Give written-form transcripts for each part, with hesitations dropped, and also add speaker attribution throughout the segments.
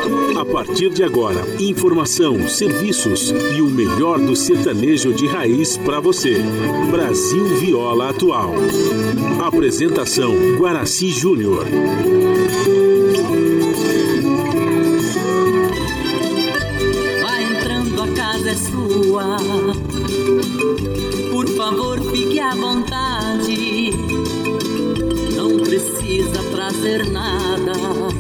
Speaker 1: A partir de agora, informação, serviços e o melhor do sertanejo de raiz para você. Brasil Viola Atual. Apresentação Guaraci Júnior.
Speaker 2: Vai entrando, a casa é sua. Por favor, fique à vontade. Não precisa trazer nada.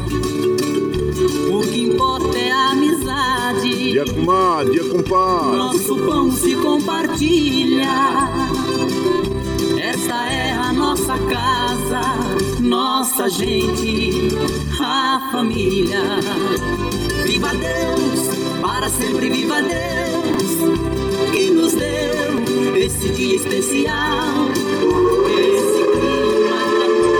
Speaker 2: O que importa é a amizade.
Speaker 3: Dia comadre, dia compadre.
Speaker 2: Nosso pão se compartilha. Esta é a nossa casa, nossa gente, a família. Viva Deus, para sempre viva Deus, que nos deu esse dia especial, esse clima de amor.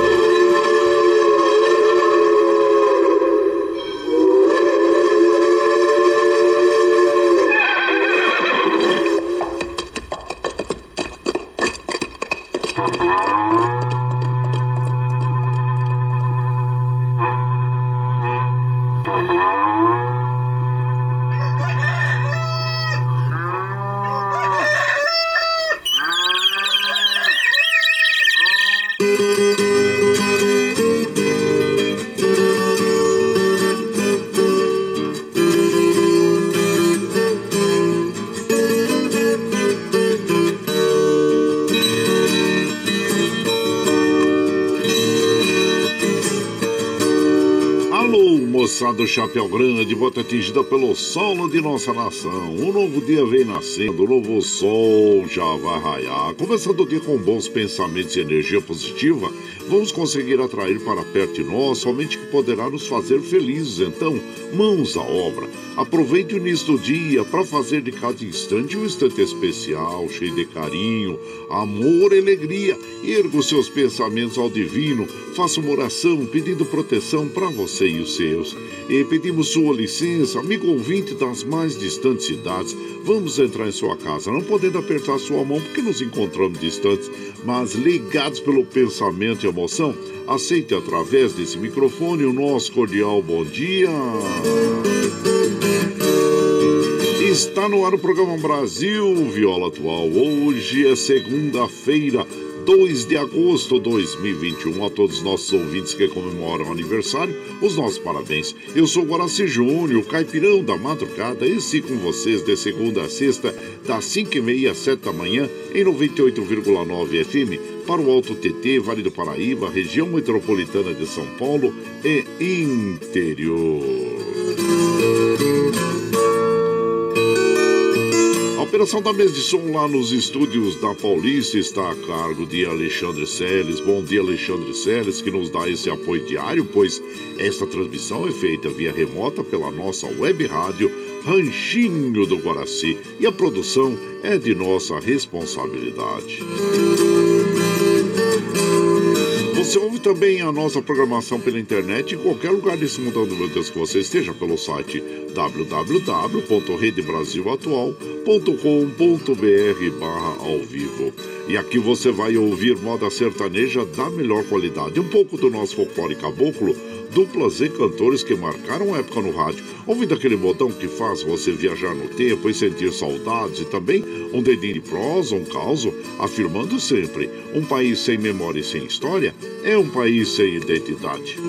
Speaker 3: Do Chapéu Grande, volta atingida pelo solo de nossa nação. Um novo dia vem nascendo, um novo sol já vai raiar. Começando o dia com bons pensamentos e energia positiva, vamos conseguir atrair para perto de nós somente que poderá nos fazer felizes. Então, mãos à obra. Aproveite o início do dia para fazer de cada instante um instante especial, cheio de carinho, amor e alegria. Erga os seus pensamentos ao divino, faça uma oração pedindo proteção para você e os seus. E pedimos sua licença, amigo ouvinte das mais distantes cidades. Vamos entrar em sua casa, não podendo apertar sua mão porque nos encontramos distantes, mas ligados pelo pensamento e emoção. Aceite através desse microfone o nosso cordial bom dia. Está no ar o programa Brasil Viola Atual. Hoje é segunda-feira, 2 de agosto de 2021. A todos os nossos ouvintes que comemoram o aniversário, os nossos parabéns. Eu sou Guaraci Júnior, o caipirão da madrugada, e sigo com vocês de segunda a sexta, das 5h30 às 7 da manhã, em 98,9 FM, para o Alto TT, Vale do Paraíba, região metropolitana de São Paulo e interior. A operação da mesa de som lá nos estúdios da Paulista está a cargo de Alexandre Seles. Bom dia, Alexandre Seles, que nos dá esse apoio diário, pois esta transmissão é feita via remota pela nossa web rádio Ranchinho do Guaraci e a produção é de nossa responsabilidade. Você ouve também a nossa programação pela internet em qualquer lugar desse mundo, meu Deus, que você esteja, pelo site www.redebrasilatual.com.br/ao vivo. E aqui você vai ouvir moda sertaneja da melhor qualidade, um pouco do nosso folclore caboclo, duplas e cantores que marcaram época no rádio, ouvindo aquele modão que faz você viajar no tempo e sentir saudades, e também um dedinho de prosa, um causo, afirmando sempre: um país sem memória e sem história é um país sem identidade.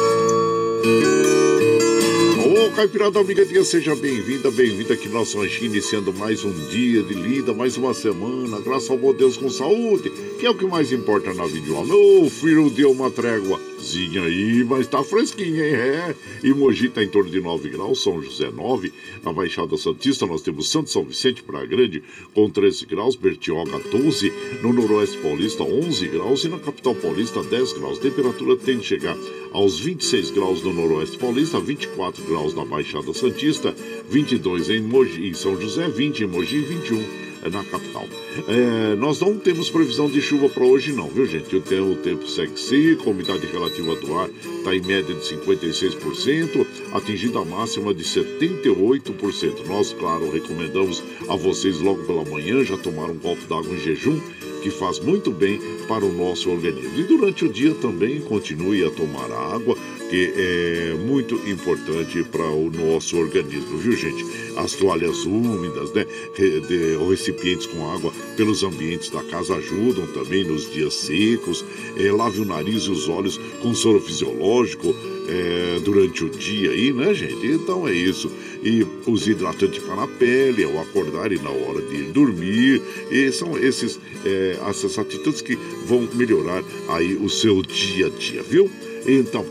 Speaker 3: Ô, Caipirada Amigadinha, seja bem-vinda, bem-vinda aqui no nosso ranchinho, iniciando mais um dia de lida, mais uma semana, graças ao bom Deus, com saúde, que é o que mais importa na vida do homem. Ô, filho, deu uma tréguazinha aí, mas tá fresquinho, hein? É. E Mogi tá em torno de 9 graus, São José 9, na Baixada Santista nós temos Santo São Vicente, Praia Grande, com 13 graus, Bertioga 12, no Noroeste Paulista 11 graus e na Capital Paulista 10 graus. Temperatura tende a chegar aos 26 graus no Noroeste Paulista, 24 graus na Baixada Santista, 22 em Mogi, em São José, 20 em Mogi e 21 na capital. Nós não temos previsão de chuva para hoje não, viu, gente? O tempo segue seco, a umidade relativa do ar está em média de 56%, atingindo a máxima de 78%. Nós, claro, recomendamos a vocês logo pela manhã já tomar um copo d'água em jejum, que faz muito bem para o nosso organismo. E durante o dia também continue a tomar água, que é muito importante para o nosso organismo, viu, gente? As toalhas úmidas, né? Ou recipientes com água pelos ambientes da casa ajudam também nos dias secos. Lave o nariz e os olhos com soro fisiológico durante o dia aí, né, gente? Então é isso. E use hidratante para a pele ao acordar e na hora de dormir. E são essas atitudes que vão melhorar aí o seu dia a dia, viu? Então,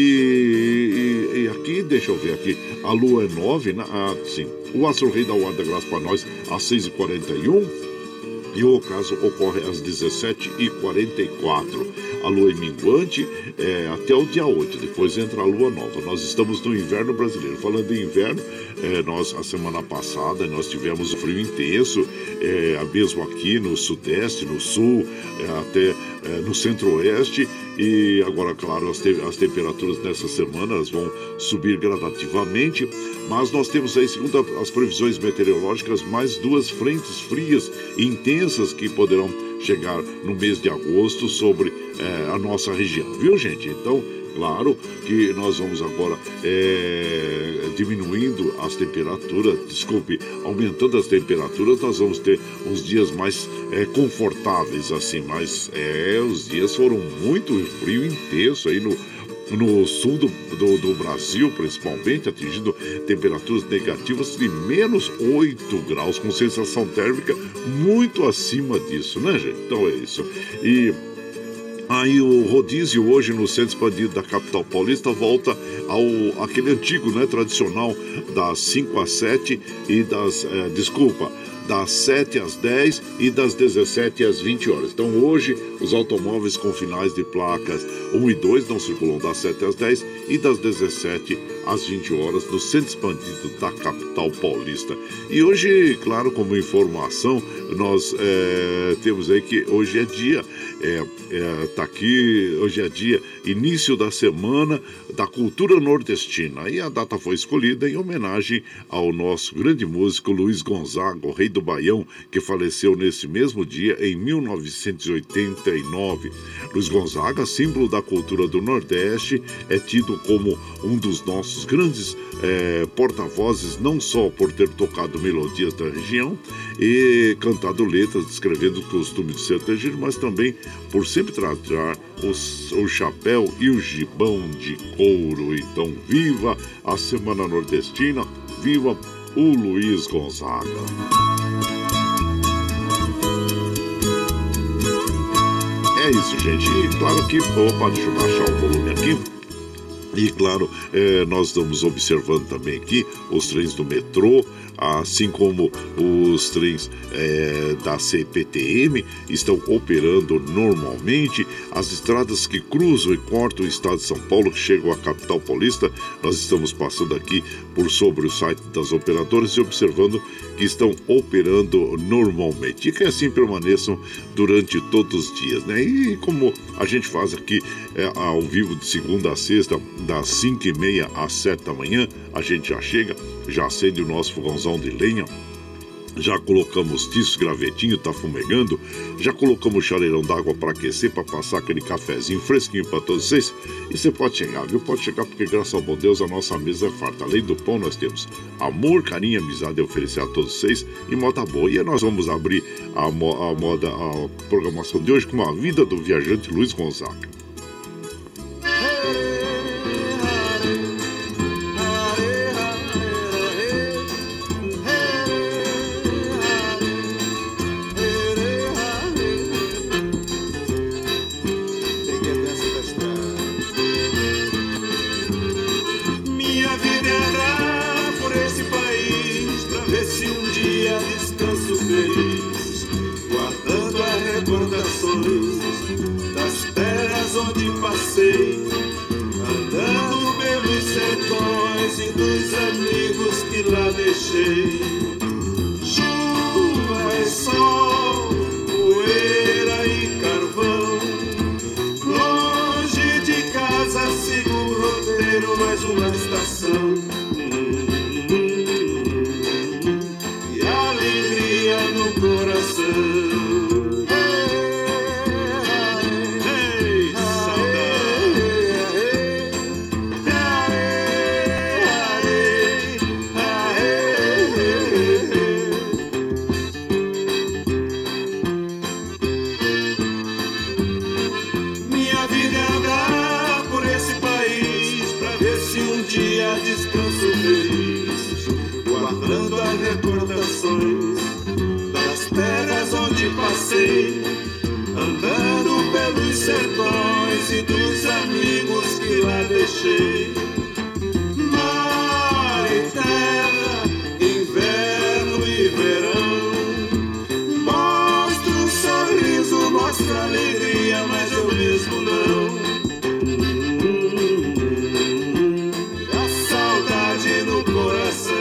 Speaker 3: e aqui, deixa eu ver aqui, a lua é 9, né? Sim, o astro rei dá o ar da graça para nós às 6h41 e o ocaso ocorre às 17h44. A lua é minguante até o dia 8, depois entra a lua nova. Nós estamos no inverno brasileiro. Falando em inverno, a semana passada nós tivemos um frio intenso, mesmo aqui no sudeste, no sul, até no centro-oeste. E agora, claro, as temperaturas nessa semana vão subir gradativamente, mas nós temos aí, segundo as previsões meteorológicas, mais 2 frentes frias e intensas que poderão chegar no mês de agosto sobre a nossa região, viu, gente? Então, claro que nós vamos agora diminuindo as temperaturas, aumentando as temperaturas, nós vamos ter uns dias mais confortáveis, assim, mas os dias foram muito frio intenso aí no sul do Brasil, principalmente, atingindo temperaturas negativas de menos 8 graus, com sensação térmica muito acima disso, né, gente? Então é isso. E aí o rodízio hoje no centro expandido da capital paulista volta aquele antigo, né, tradicional, das 5 às 7 e das 7 às 10 e das 17 às 20 horas. Então hoje os automóveis com finais de placas 1 e 2 não circulam das 7 às 10 e das 17 às 20 horas no centro expandido da capital paulista. E hoje, claro, como informação, nós temos aí que hoje é dia, hoje é dia, início da semana da cultura nordestina. E a data foi escolhida em homenagem ao nosso grande músico Luiz Gonzaga, o rei do Baião, que faleceu nesse mesmo dia em 1989. Luiz Gonzaga, símbolo da cultura do Nordeste, é tido como um dos nossos grandes porta-vozes, não só por ter tocado melodias da região e cantado letras descrevendo o costume do sertanejo, mas também por sempre tratar o chapéu e o gibão de couro. Então, viva a Semana Nordestina, viva o Luiz Gonzaga. É isso, gente. E claro que... Opa, deixa eu baixar o volume aqui. E claro, nós estamos observando também aqui os trens do metrô, assim como os trens da CPTM estão operando normalmente. As estradas que cruzam e cortam o estado de São Paulo, que chegam à capital paulista, nós estamos passando aqui por sobre o site das operadoras e observando que estão operando normalmente e que assim permaneçam durante todos os dias, né? E como a gente faz aqui ao vivo de segunda a sexta, das 5h30 às 7 da manhã, a gente já chega, já acende o nosso fogãozão de lenha, já colocamos tiço, gravetinho, tá fumegando, já colocamos chaleirão d'água para aquecer, para passar aquele cafezinho fresquinho para todos vocês. E você pode chegar, viu? Pode chegar, porque graças ao bom Deus a nossa mesa é farta. Além do pão, nós temos amor, carinho, amizade a oferecer a todos vocês e moda boa. E nós vamos abrir a programação de hoje com a vida do viajante Luiz Gonzaga.
Speaker 4: Das terras onde passei, andando pelos sertões e dos amigos que lá deixei. Chuva e sol, poeira e carvão, longe de casa sigo o roteiro, mais uma estação. E alegria no coração. recordações das terras onde passei, andando pelos sertões e dos amigos que lá deixei. Mar e terra, inverno e verão, mostra um sorriso, mostra alegria, mas eu mesmo não. A saudade no coração.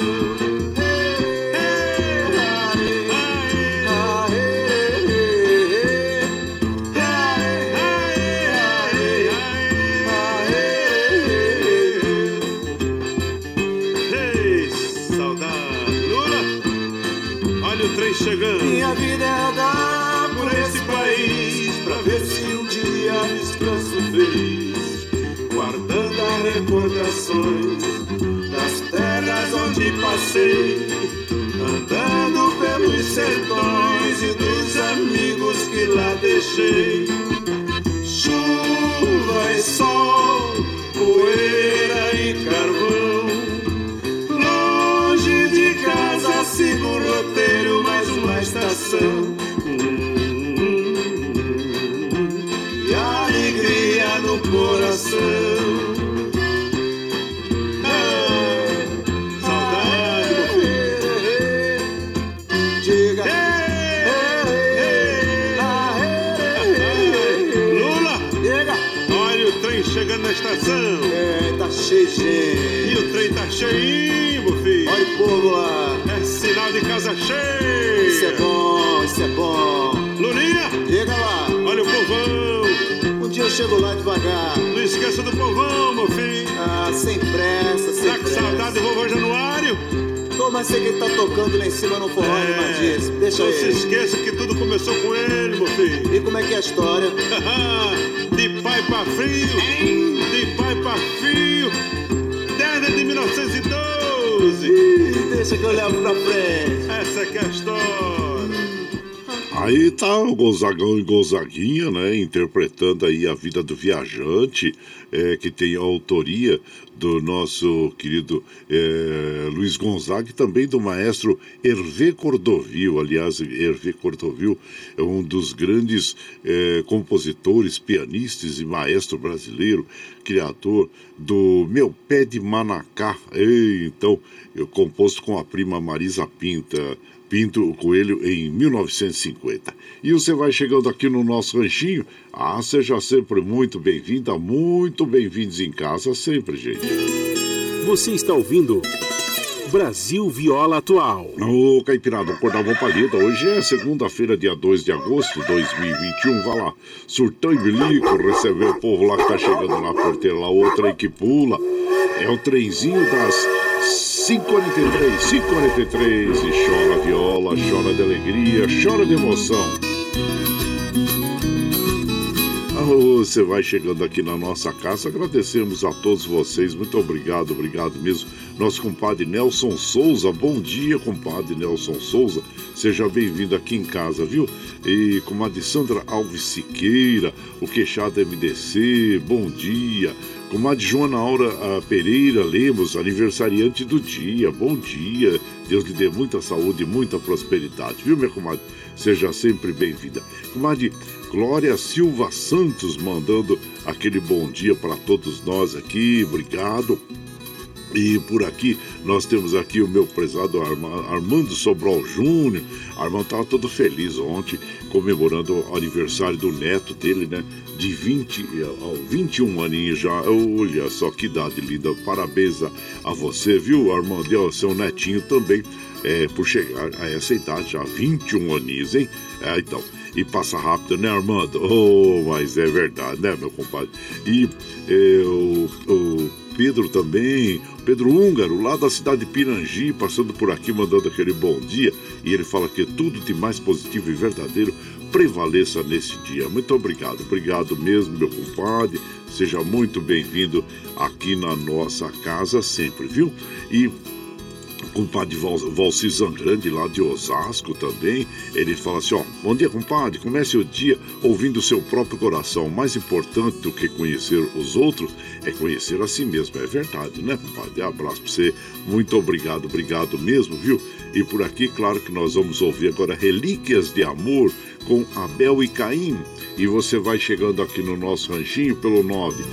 Speaker 4: Chegando. Minha vida é andar por esse país pra ver se um dia descanso feliz, guardando as recordações das terras onde passei, andando pelos sertões e dos amigos que lá deixei. Chuva e sol, poeira e carvão, longe de casa sigo o roteiro, mais uma estação. E alegria no coração. Saudade, meu filho. Diga. Lula, diga. Olha o trem chegando na estação. Tá cheio de gente. E o trem tá cheinho, meu filho. Olha o povo lá. É sinal de casa cheia. Isso é bom, isso é bom. Lulinha, chega lá. Olha o povão. Um dia eu chego lá devagar. Não esqueça do povão, meu filho. Ah, sem pressa, sem pressa. Tá com saudade do vovô Januário? Tô, mas sei que ele tá tocando lá em cima no forró de Matias. Deixa ele. Não se esqueça que tudo começou com ele, meu filho. E como é que é a história? De pai pra filho. De pai pra filho. Desde 1912. Deixa que eu levo pra frente. Essa que é a história.
Speaker 3: Aí tá o Gonzagão e Gonzaguinha, né? Interpretando aí a vida do viajante, que tem a autoria do nosso querido Luiz Gonzaga e também do maestro Hervé Cordovil. Aliás, Hervé Cordovil é um dos grandes compositores, pianistas e maestro brasileiro, criador do Meu Pé de Manacá. Então, eu composto com a prima Marisa Pinto Coelho em 1950. E você vai chegando aqui no nosso ranchinho. Seja sempre muito bem-vinda, muito bem-vindos em casa sempre, gente.
Speaker 1: Você está ouvindo Brasil Viola Atual.
Speaker 3: Ô, Caipirada, acordar uma palheta. Hoje é segunda-feira, dia 2 de agosto de 2021. Vai lá, surtão e bilico, receber o povo lá que tá chegando na porteira, lá, outra aí que pula. É o trenzinho das 5h43, e chora viola, chora de alegria, chora de emoção. Você vai chegando aqui na nossa casa, agradecemos a todos vocês, muito obrigado mesmo. Nosso compadre Nelson Souza, bom dia, compadre Nelson Souza, seja bem-vindo aqui em casa, viu? E comadre Sandra Alves Siqueira, o Queixada MDC, bom dia. Comadre Joana Aura Pereira Lemos, aniversariante do dia, bom dia. Deus lhe dê muita saúde e muita prosperidade, viu, minha comadre? Seja sempre bem-vinda. Comadre Glória Silva Santos mandando aquele bom dia para todos nós aqui, obrigado. E por aqui, nós temos aqui o meu prezado Armando Sobral Júnior. Armando estava todo feliz ontem, comemorando o aniversário do neto dele, né? De 21 aninhos já. Olha só que idade linda. Parabéns a você, viu, Armando? E ao seu netinho também, por chegar a essa idade já, 21 aninhos, hein? Então, e passa rápido, né, Armando? Oh, mas é verdade, né, meu compadre? E o Pedro também, Pedro Húngaro, lá da cidade de Pirangi, passando por aqui, mandando aquele bom dia. E ele fala que tudo de mais positivo e verdadeiro prevaleça nesse dia. Muito obrigado mesmo, meu compadre. Seja muito bem-vindo aqui na nossa casa sempre, viu? E compadre Valci Zangrande, lá de Osasco também. Ele fala assim, ó, bom dia, compadre, comece o dia ouvindo o seu próprio coração. Mais importante do que conhecer os outros é conhecer a si mesmo. É verdade, né, compadre? Abraço pra você, muito obrigado mesmo, viu? E por aqui, claro que nós vamos ouvir agora Relíquias de Amor com Abel e Caim. E você vai chegando aqui no nosso ranchinho pelo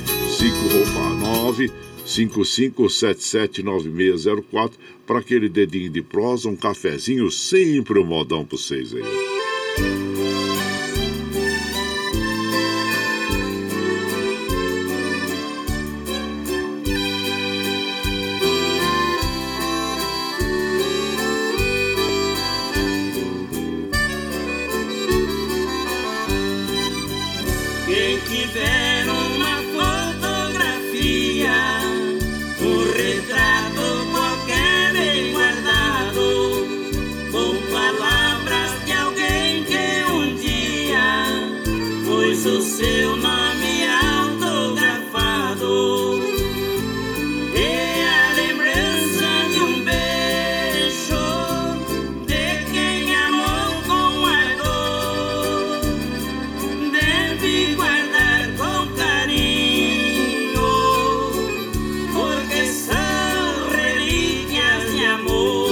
Speaker 3: 55779604 para aquele dedinho de prosa, um cafezinho, sempre um modão para vocês aí.
Speaker 2: Quem tiver uma fotografia, um retrato qualquer bem guardado, com palavras de alguém que um dia pôs o seu nome autografado, e a lembrança de um beijo de quem amou com ardor, deve guardar com carinho, porque são relíquias de amor.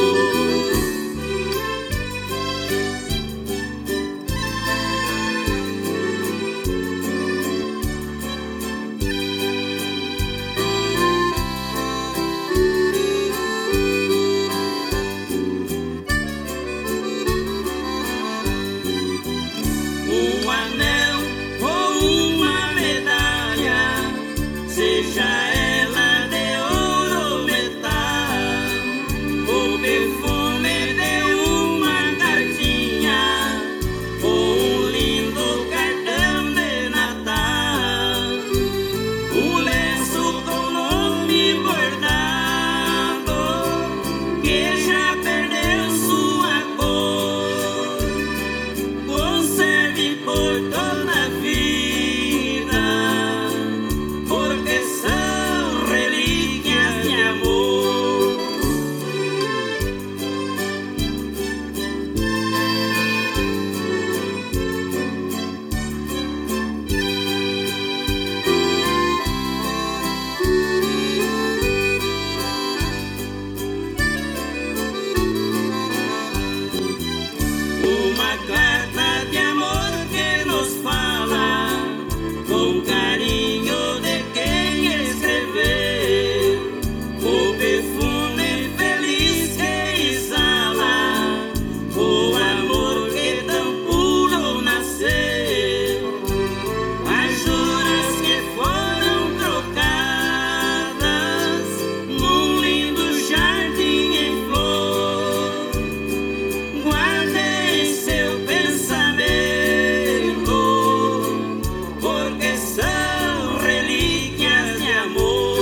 Speaker 2: Um anel ou uma medalha, seja ela de ouro ou metal, o perfume de uma cartinha, ou um lindo cartão de Natal, um lenço com nome bordado, que já perdeu sua cor, conserve por toda a vida, porque são relíquias de amor. Uma carta de amor que nos fala com carinho de quem escreveu, o perfume feliz que exala, o amor que tão puro nasceu, as juras que foram trocadas num lindo jardim em flor, guardei seu pensamento, porque são relíquias de amor.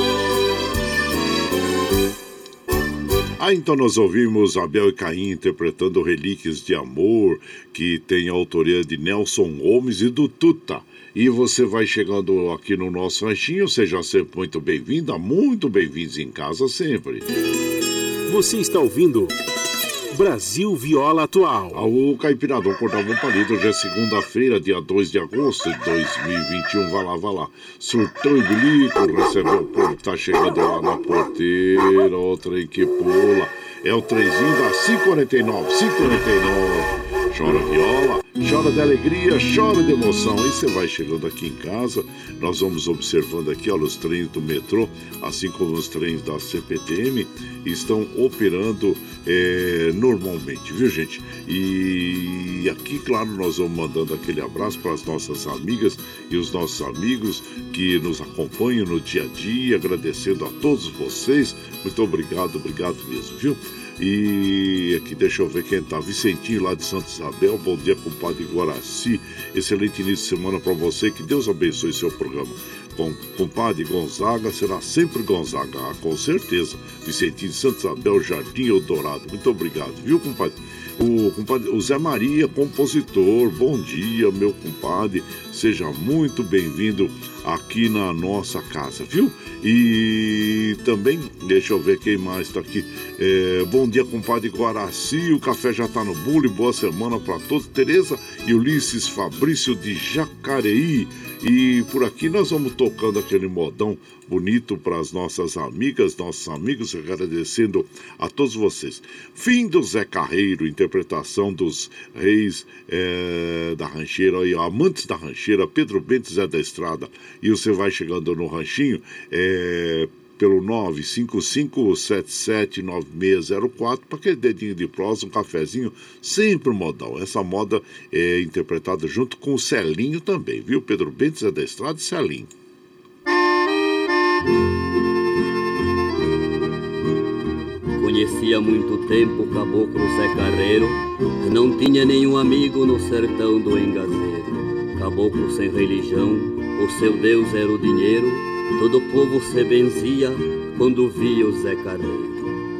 Speaker 3: Então nós ouvimos Abel e Caim interpretando Relíquias de Amor, que tem a autoria de Nelson Gomes e do Tuta. E você vai chegando aqui no nosso ranchinho, seja sempre muito bem-vinda, muito bem-vindos em casa sempre.
Speaker 1: Você está ouvindo Brasil Viola Atual.
Speaker 3: O Caipiradão cortava um palito. Hoje é segunda-feira, dia 2 de agosto de 2021. Vai lá. Surtou e bilico, recebeu o povo que tá chegando lá na porteira. O trem que pula. É o trenzinho da 549. Chora viola, chora de alegria, chora de emoção. Aí você vai chegando aqui em casa, nós vamos observando aqui, olha, os trens do metrô, assim como os trens da CPTM, estão operando normalmente, viu, gente? E aqui, claro, nós vamos mandando aquele abraço para as nossas amigas e os nossos amigos que nos acompanham no dia a dia, agradecendo a todos vocês. Muito obrigado mesmo, viu? E aqui, deixa eu ver quem tá. Vicentinho lá de Santa Isabel. Bom dia, compadre Guaraci. Excelente início de semana para você. Que Deus abençoe seu programa. Compadre Gonzaga será sempre Gonzaga, com certeza. Vicentinho de Santa Isabel, Jardim Eldorado. Muito obrigado, viu, compadre? O Zé Maria, compositor. Bom dia, meu compadre. Seja muito bem-vindo aqui na nossa casa, viu? E também, deixa eu ver quem mais está aqui. Bom dia, compadre Guaraci, o café já está no bule, boa semana para todos. Tereza e Ulisses Fabrício de Jacareí. E por aqui nós vamos tocando aquele modão bonito para as nossas amigas, nossos amigos, agradecendo a todos vocês. Fim do Zé Carreiro, interpretação dos reis da rancheira, e amantes da rancheira, Pedro Bento e Zé da Estrada. E você vai chegando no ranchinho, pelo 955779604 para aquele dedinho de prosa, um cafezinho, sempre um modal. Essa moda é interpretada junto com o Celinho também, viu? Pedro Bento, Zé da Estrada e Celinho.
Speaker 5: Conhecia há muito tempo o caboclo Zé Carreiro, não tinha nenhum amigo no sertão do Engazeiro. Caboclo sem religião, o seu Deus era o dinheiro, todo o povo se benzia quando via o Zé Carreiro.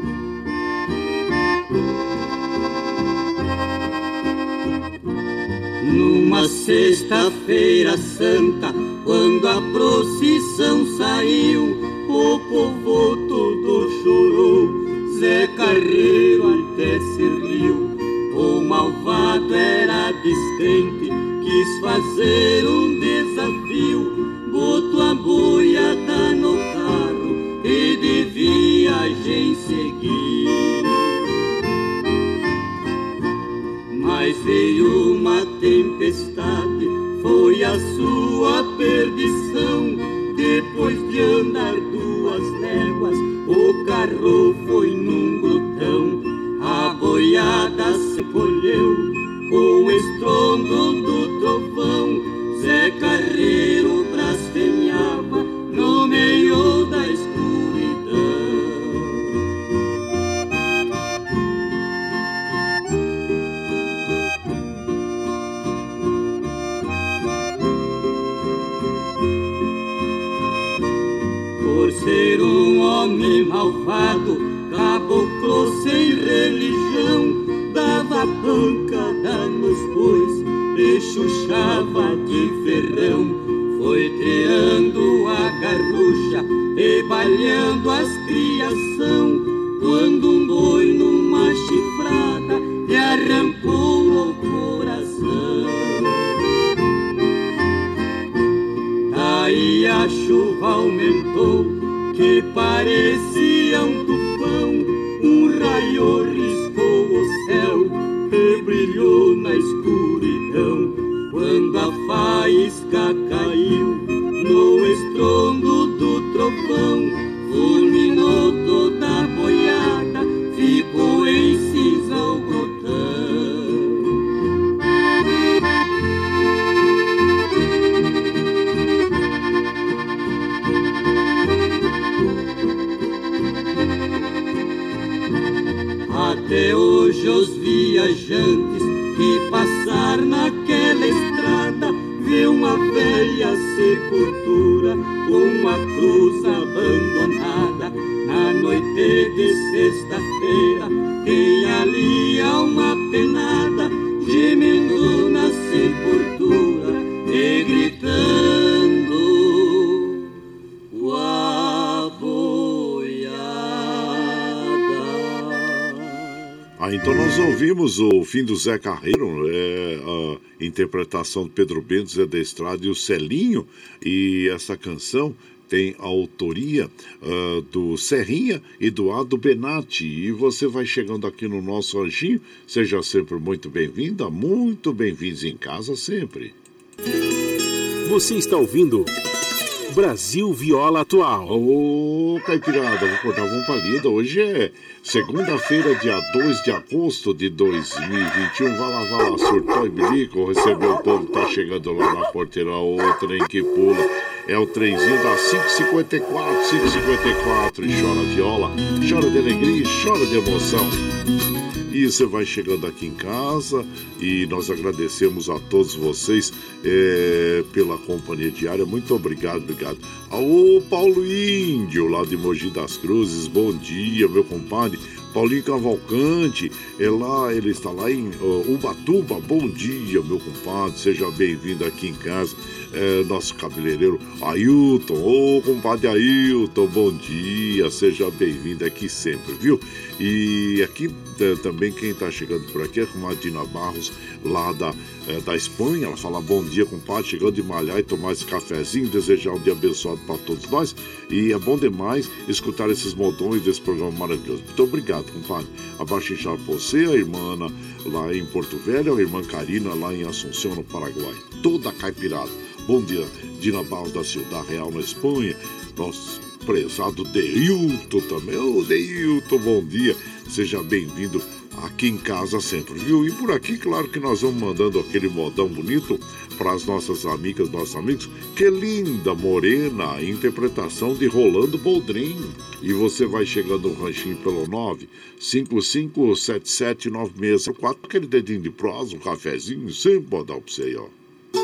Speaker 2: Numa sexta-feira santa, quando a procissão saiu, o povo todo chorou, Zé Carreiro até se riu. O malvado era descrente, quis fazer um desafio, botou a boiada no carro e de viagem seguir. Mas veio uma tempestade, foi a sua perdição. Depois de andar 2 léguas, o carro foi num glutão. A boiada se colheu com o estrondo do trovão. Zé Carreiro blasfemiava no meio da escuridão. Por ser um homem malvado, caboclo sem religião, dava pancada nos bois e chuchava de ferrão. Foi treando a garrucha e balhando as criação, quando um boi numa chifrada lhe arrancou o coração. Daí a chuva aumentou, que parecia um tufão. Um raio riscou o céu e brilhou na escuridão. Quando a faísca caiu no estrondo do trovão, fulminou toda a boiada, ficou em cinza o grotão. Até hoje os viajantes que passar naquela estrada vê uma velha sepultura com uma cruz abandonada. Na noite de sexta-feira tem ali uma penada, gemendo na sepultura e gritando a boiada.
Speaker 3: Então nós ouvimos o fim do Zé Carreiro, a interpretação de Pedro Bento, Zé da Estrada e o Celinho, e essa canção tem a autoria do Serrinha e do Ado Benatti. E você vai chegando aqui no nosso ranchinho, seja sempre muito bem-vinda, muito bem-vindos em casa sempre.
Speaker 1: Você está ouvindo Brasil Viola Atual.
Speaker 3: Ô, Caipirada, vou cortar uma palida. Hoje é segunda-feira, dia 2 de agosto de 2021. Vai lá, surtou e bilico, recebeu o povo, tá chegando lá na porteira, o trem que pula. É o trenzinho das 5h54, e chora viola, chora de alegria e chora de emoção. E você vai chegando aqui em casa e nós agradecemos a todos vocês pela companhia diária. Muito obrigado. Ao Paulo Índio, lá de Mogi das Cruzes, bom dia, meu compadre. Paulinho Cavalcante, ele está lá em Ubatuba. Bom dia, meu compadre, seja bem-vindo aqui em casa. Nosso cabeleireiro Ailton, compadre Ailton, bom dia, seja bem-vindo aqui sempre, viu? E aqui também quem está chegando por aqui é a Madina Barros, lá da Espanha. Ela fala: bom dia, compadre, chegando de malhar e tomar esse cafezinho, desejar um dia abençoado para todos nós. E é bom demais escutar esses modões desse programa maravilhoso. Muito obrigado, compadre. Abaixo em você, a irmã Ana, lá em Porto Velho, a irmã Karina, lá em Assunção, no Paraguai. Toda caipirada. Bom dia, Dina Barros da Ciudad Real, na Espanha. Nosso prezado Deilton também. Deilton, bom dia. Seja bem-vindo aqui em casa sempre, viu? E por aqui, claro que nós vamos mandando aquele modão bonito para as nossas amigas, nossos amigos. Que linda, morena, interpretação de Rolando Boldrin. E você vai chegando no ranchinho pelo 955779604, aquele dedinho de prosa, um cafezinho, sempre modão para você aí, ó.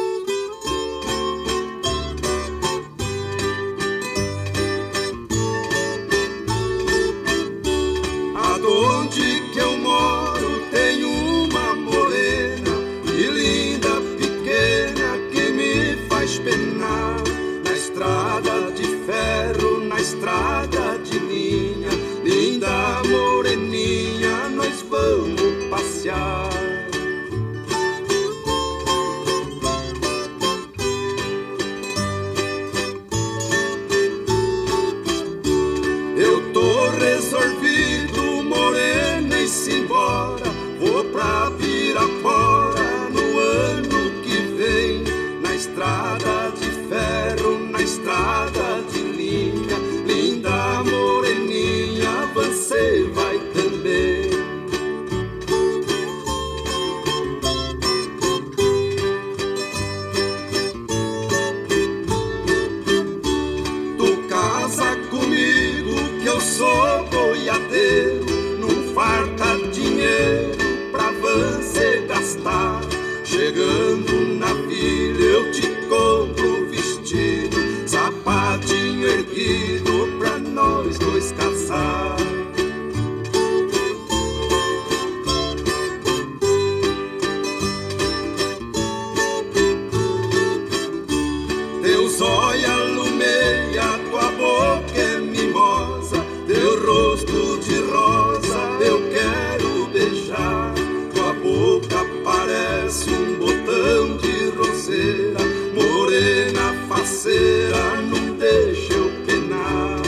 Speaker 6: Aonde que eu moro tem uma morena e linda, pequena, que me faz penar. Na estrada de ferro, na estrada de linha, linda moreninha, nós vamos passear. Eu tô resolvido, morena, e se embora, vou pra Pirapora no ano que vem. Na estrada de ferro, na estrada de linha, linda moreninha, você vai também. Tu casa comigo que eu sou boiadeiro, não falta dinheiro pra você gastar. Chegando na vila eu te compro vestido, sapatinho erguido pra nós dois casar. Teus olhos alumeia, tua boca é mimosa, teu rosto de rosa eu quero beijar. Tua boca parece um botão de roseira, morena faceira, não deixa eu penar.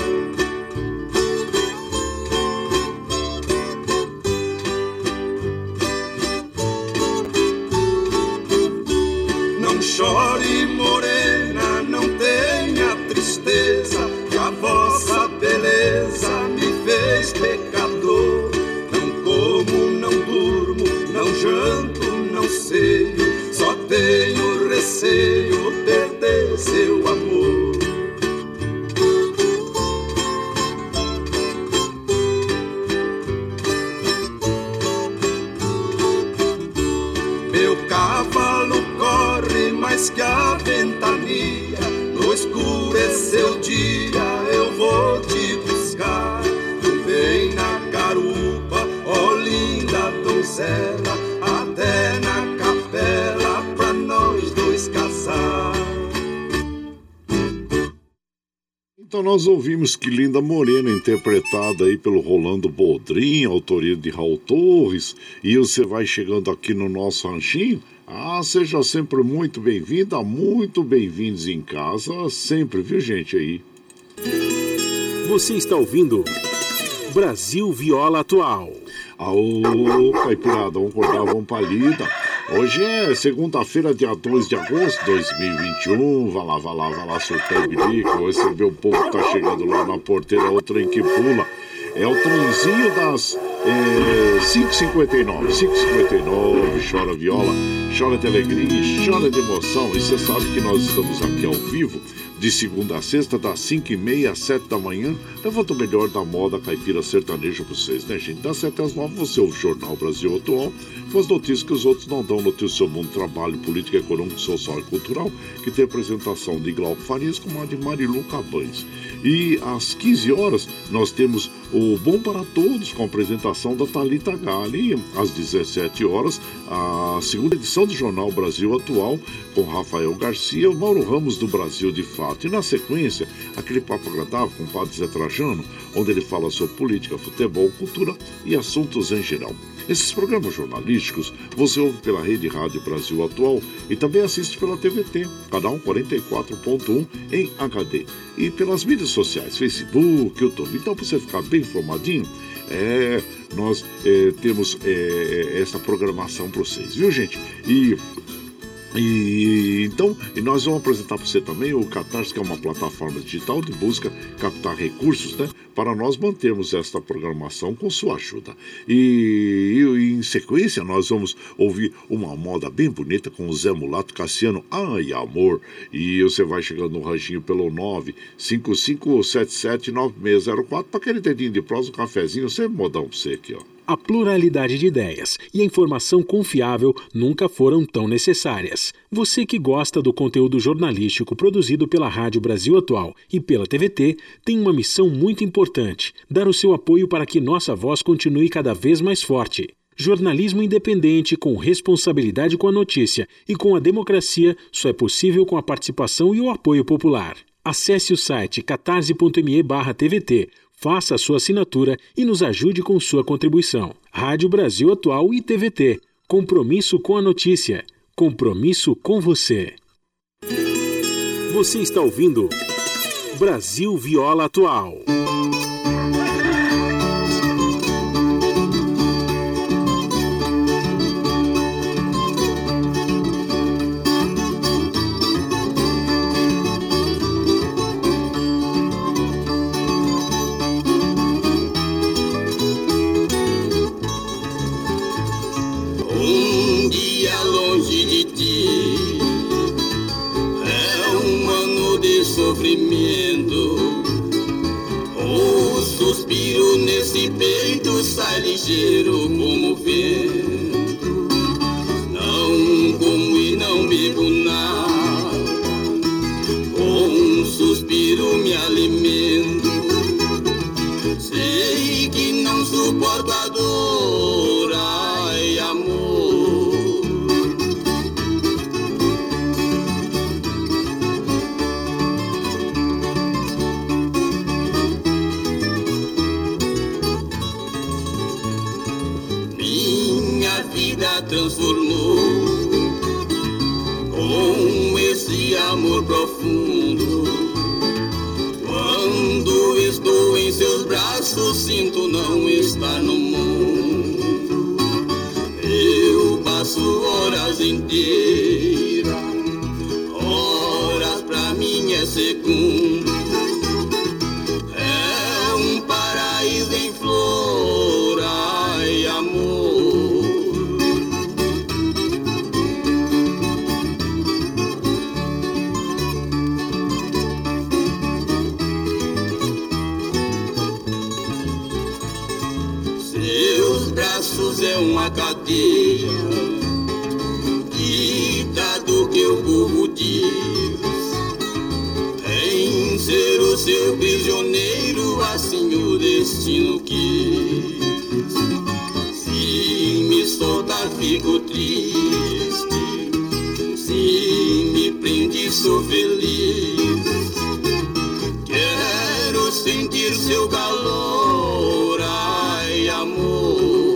Speaker 6: Não chore, morena, não tenha tristeza, que a vossa beleza me fez pecador. Não como, não durmo, não janto, não ceio, só tenho receio perder seu amor. Meu cavalo corre mais que a ventania, no escureceu dia eu vou te buscar. Tu vem na garupa, ó linda donzela, até na capela pra nós dois casar.
Speaker 3: Então nós ouvimos Que Linda Morena, interpretada aí pelo Rolando Boldrin, autoria de Raul Torres. E você vai chegando aqui no nosso ranchinho. Seja sempre muito bem-vinda, muito bem-vindos em casa, sempre, viu, gente, aí.
Speaker 1: Você está ouvindo Brasil Viola Atual.
Speaker 3: Caipirada, vamos acordar, vamos pra lida. Hoje é segunda-feira, dia 2 de agosto de 2021. Vai lá, soltar o bilico, receber o povo que tá chegando lá na porteira, o trem que pula. É o trenzinho das 5h59, chora viola. chora de alegria e chora de emoção. E você sabe que nós estamos aqui ao vivo, de segunda a sexta, das 5h30 às 7 da manhã, levando o melhor da moda caipira sertaneja para vocês, né, gente? Das 7 às 9, você ouve o Jornal Brasil Atual, com as notícias que os outros não dão, notícias do seu mundo, trabalho, política, econômico, social e cultural, que tem a apresentação de Glauco Farias com a de Marilu Cabanes. E às 15 horas, nós temos o Bom para Todos, com a apresentação da Thalita Gali. Às 17 horas, a segunda edição do Jornal Brasil Atual, com Rafael Garcia, o Mauro Ramos do Brasil de Fato. E na sequência, aquele papo agradável com o Padre Zé Trajano, onde ele fala sobre política, futebol, cultura e assuntos em geral. Esses programas jornalísticos você ouve pela Rede Rádio Brasil Atual e também assiste pela TVT, canal 44.1 em HD. E pelas mídias sociais, Facebook, YouTube. Então, para você ficar bem informadinho, nós temos essa programação para vocês, viu, gente? Então, nós vamos apresentar para você também o Catarse, que é uma plataforma digital de busca captar recursos, né, para nós mantermos esta programação com sua ajuda. E em sequência, nós vamos ouvir uma moda bem bonita com o Zé Mulato Cassiano, Ai Amor. E você vai chegando no ranchinho pelo 955779604 para aquele dedinho de prosa, um cafezinho, sempre modão para você aqui, ó.
Speaker 1: A pluralidade de ideias e a informação confiável nunca foram tão necessárias. Você que gosta do conteúdo jornalístico produzido pela Rádio Brasil Atual e pela TVT tem uma missão muito importante: dar o seu apoio para que nossa voz continue cada vez mais forte. Jornalismo independente, com responsabilidade com a notícia e com a democracia, só é possível com a participação e o apoio popular. Acesse o site catarse.me/TVT. Faça a sua assinatura e nos ajude com sua contribuição. Rádio Brasil Atual e TVT. Compromisso com a notícia. Compromisso com você. Você está ouvindo Brasil Viola Atual.
Speaker 6: Sofrimento, o suspiro nesse peito sai ligeiro como o vento. Não como e não bebo nada, com um suspiro me alimento. Sei que não suporto a dor, ai amor. Transformou com esse amor profundo. Quando estou em seus braços, sinto não estar no mundo. Eu passo horas inteiras, horas pra mim é segundo. É um paraíso em flor, ai amor. É uma cadeia, ditado que o povo diz, em ser o seu prisioneiro, assim o destino quis. Se me soltar fico triste, se me prende sou feliz. Quero sentir seu calor, ai amor.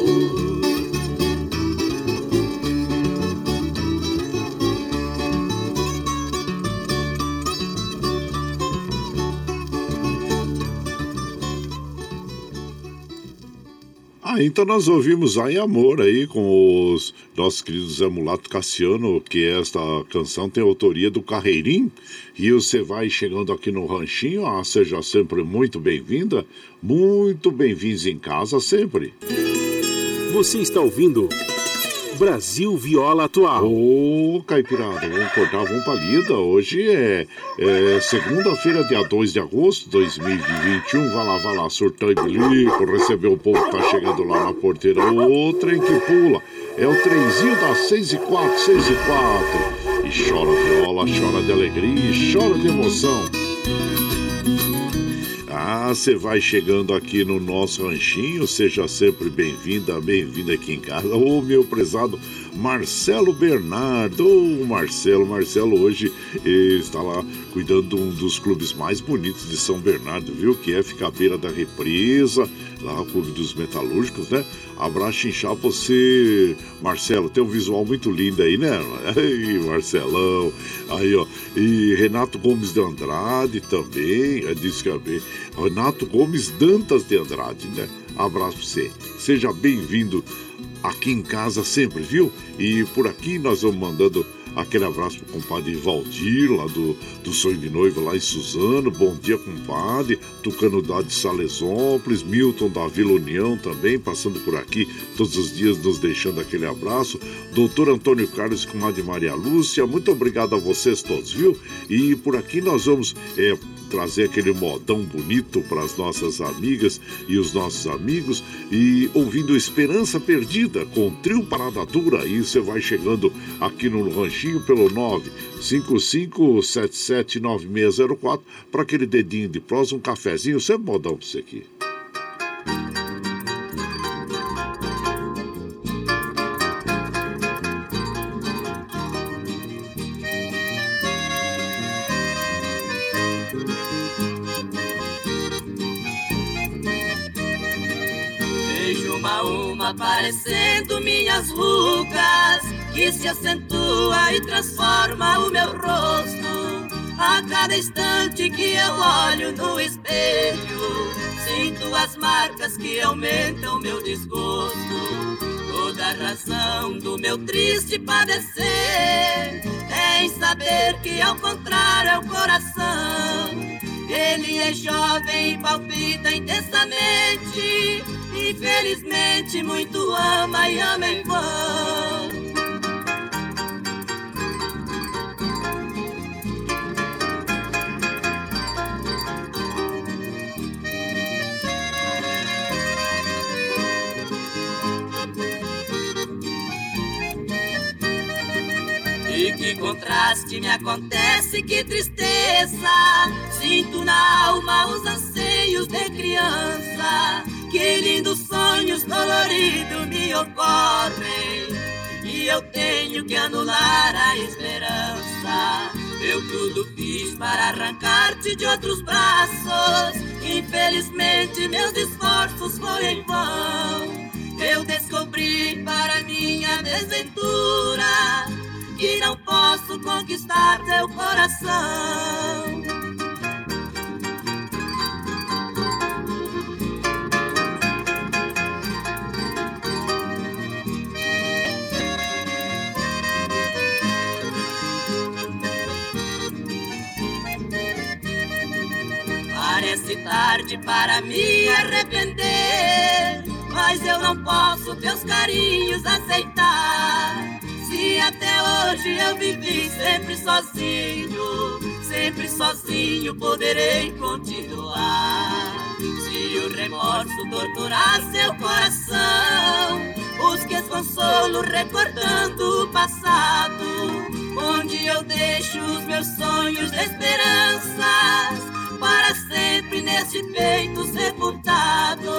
Speaker 3: Então nós ouvimos Ai Amor aí com os nossos queridos Zé Mulato Cassiano, que esta canção tem autoria do Carreirinho. E você vai chegando aqui no ranchinho, seja sempre muito bem-vinda, muito bem-vindos em casa sempre.
Speaker 1: Você está ouvindo Brasil Viola Atual.
Speaker 3: Ô, Caipirada, vamos cortar, vamos pra lida. Hoje é segunda-feira, dia 2 de agosto de 2021. Vai lá, surtão e bilico, receber o povo que tá chegando lá na porteira. O trem que pula, é o trenzinho das 6h04, 6h04. E chora viola, chora de alegria e chora de emoção. Ah, você vai chegando aqui no nosso ranchinho, seja sempre bem-vinda, bem-vindo aqui em casa. Ô, meu prezado Marcelo Bernardo. Ô, Marcelo hoje está lá cuidando de um dos clubes mais bonitos de São Bernardo, viu? Que é ficar à beira da represa, lá o Clube dos Metalúrgicos, né? Abraço inchado pra você, Marcelo. Tem um visual muito lindo aí, né? Aí, Marcelão. Aí, ó. E Renato Gomes de Andrade também. Disse que é bem. Renato Gomes Dantas de Andrade, né? Abraço pra você. Seja bem-vindo aqui em casa sempre, viu? E por aqui nós vamos mandando aquele abraço pro compadre Valdir, lá do Sonho de Noiva, lá em Suzano. Bom dia, compadre. Tucano da de Salesópolis, Milton da Vila União também, passando por aqui todos os dias, nos deixando aquele abraço. Doutor Antônio Carlos e comadre Maria Lúcia, muito obrigado a vocês todos, viu? E por aqui nós vamos trazer aquele modão bonito para as nossas amigas e os nossos amigos, e ouvindo Esperança Perdida com Trio Parada Dura. E você vai chegando aqui no ranchinho pelo 955779604 para aquele dedinho de prosa, um cafezinho, sempre modão para você aqui.
Speaker 2: Aparecendo minhas rugas, que se acentua e transforma o meu rosto. A cada instante que eu olho no espelho, sinto as marcas que aumentam meu desgosto. Toda a razão do meu triste padecer é em saber que ao contrário é o coração. Ele é jovem e palpita intensamente, infelizmente muito ama e ama em vão. E que contraste me acontece, que tristeza. Sinto na alma os anseios de criança. Que lindos sonhos doloridos me ocorrem, e eu tenho que anular a esperança. Eu tudo fiz para arrancar-te de outros braços, infelizmente meus esforços foram em vão. Eu descobri para minha desventura que não posso conquistar teu coração. Parece tarde para me arrepender, mas eu não posso teus carinhos aceitar. Se até hoje eu vivi sempre sozinho poderei continuar. Se o remorso torturar seu coração, busque consolo recordando o passado, onde eu deixo os meus sonhos de esperanças para sempre neste peito sepultado.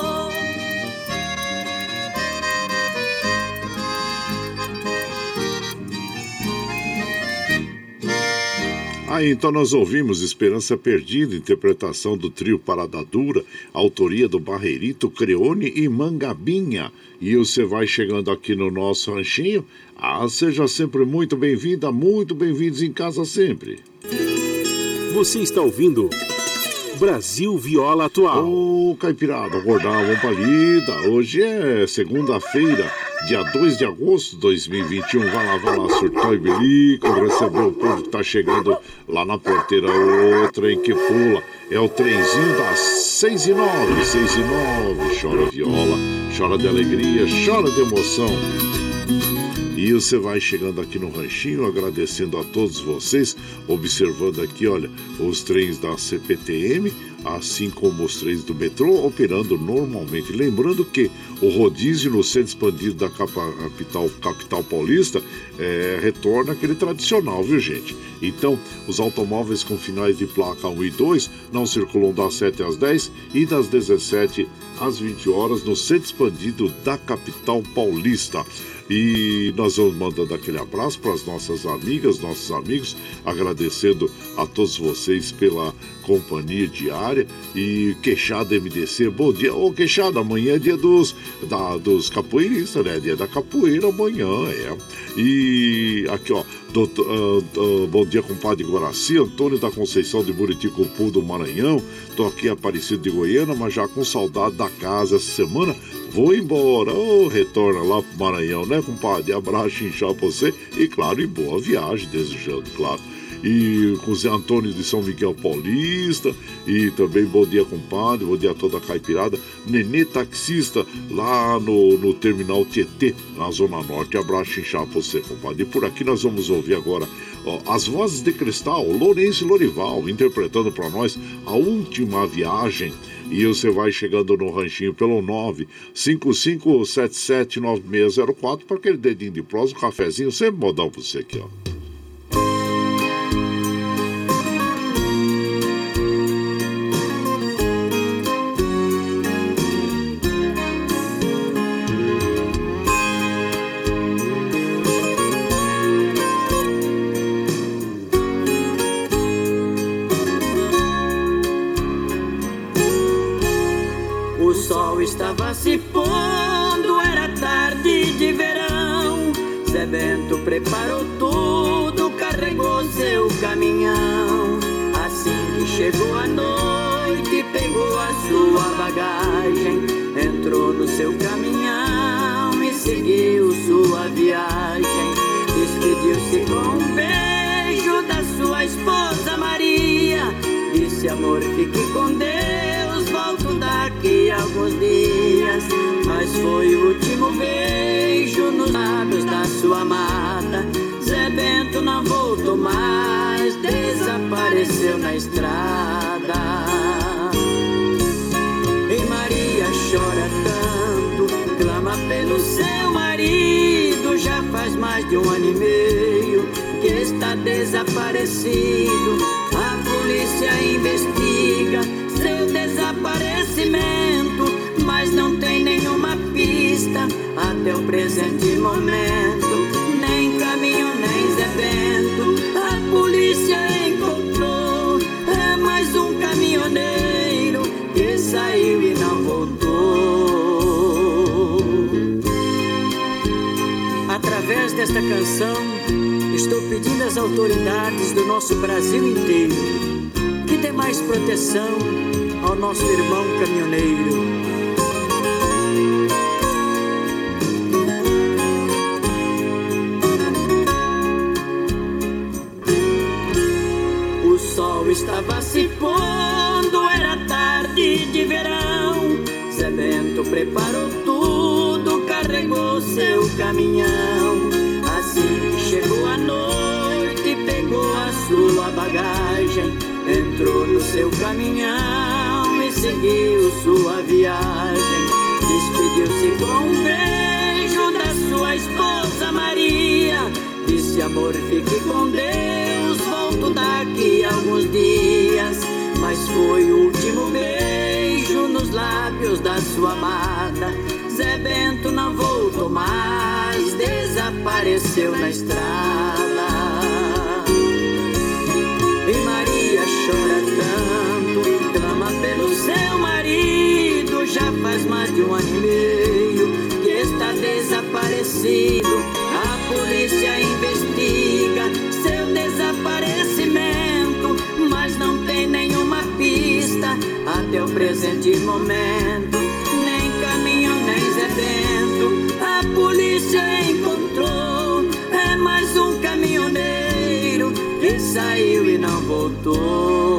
Speaker 3: Aí então nós ouvimos Esperança Perdida, interpretação do trio Parada Dura, autoria do Barreirito, Creone e Mangabinha. E você vai chegando aqui no nosso ranchinho. Seja sempre muito bem-vinda, muito bem-vindos em casa sempre.
Speaker 1: Você está ouvindo Brasil Viola Atual.
Speaker 3: Ô, Caipirada, acordar, vamos pra lida. Hoje é segunda-feira, dia 2 de agosto de 2021. Vai lá, surtar e bilico, receber o povo que tá chegando lá na porteira. O trem que pula, é o trenzinho das 6h09, 6h09. Chora viola, chora de alegria, chora de emoção. E você vai chegando aqui no ranchinho, agradecendo a todos vocês, observando aqui, olha, os trens da CPTM, assim como os trens do metrô, operando normalmente. Lembrando que o rodízio no centro expandido da capital paulista retorna aquele tradicional, viu, gente? Então, os automóveis com finais de placa 1 e 2 não circulam das 7 às 10 e das 17 às 20 horas no centro expandido da capital paulista. E nós vamos mandando aquele abraço para as nossas amigas, nossos amigos, agradecendo a todos vocês pela companhia diária. E Queixada MDC, bom dia. Ô Queixada, amanhã é dia dos capoeiristas, né? Dia da capoeira amanhã, E aqui, ó, bom dia, compadre Guaraci, Antônio da Conceição de Buriticupu do Maranhão. Tô aqui Aparecido de Goiânia, mas já com saudade da casa essa semana. Vou embora, retorna lá pro Maranhão, né, compadre? Abraço, inchado pra você e, claro, e boa viagem, desejando, claro. E com o Zé Antônio de São Miguel Paulista, e também bom dia, compadre, bom dia a toda a caipirada. Nenê taxista, lá no Terminal Tietê, na Zona Norte. Abraço, inchado pra você, compadre. E por aqui nós vamos ouvir agora as vozes de Cristal, Lourenço e Lorival, interpretando para nós A Última Viagem. E você vai chegando no ranchinho pelo 955779604 para aquele dedinho de prosa, um cafezinho, sempre modão para você aqui, ó.
Speaker 2: Estava se pondo, era tarde de verão. Zé Bento preparou tudo, carregou seu caminhão. Assim que chegou a noite, pegou a sua bagagem, entrou no seu caminhão e seguiu sua viagem. Despediu-se com um beijo da sua esposa Maria. Disse: amor, fique com Deus, volto daqui a alguns dias. Mas foi o último beijo nos lábios da sua amada. Zé Bento não voltou mais, desapareceu na estrada. E Maria chora tanto, clama pelo seu marido. Já faz mais de 1 ano e meio que está desaparecido. A polícia investiga seu desaparecimento, mas não tem nenhuma pista até o presente momento. Nem caminho, nem Zé Bento a polícia encontrou. É mais um caminhoneiro que saiu e não voltou. Através desta canção, estou pedindo às autoridades do nosso Brasil inteiro que dê mais proteção ao nosso irmão caminhoneiro. O sol estava se pondo, era tarde de verão. Zé Bento preparou tudo, carregou seu caminhão. Assim que chegou a noite, pegou a sua bagagem, entrou no seu caminhão e seguiu sua viagem. Despediu-se com um beijo da sua esposa Maria. Disse: amor, fique com Deus, volto daqui a alguns dias. Mas foi o último beijo nos lábios da sua amada. Zé Bento não voltou mais, desapareceu na estrada. E Maria chora tanto, clama pelo seu marido. Já faz mais de 1 ano e meio que está desaparecido. A polícia investiga seu desaparecimento, mas não tem nenhuma pista até o presente momento. Nem caminho, nem Zé Bento a polícia encontrou. É mais um caminhoneiro que saiu e não voltou.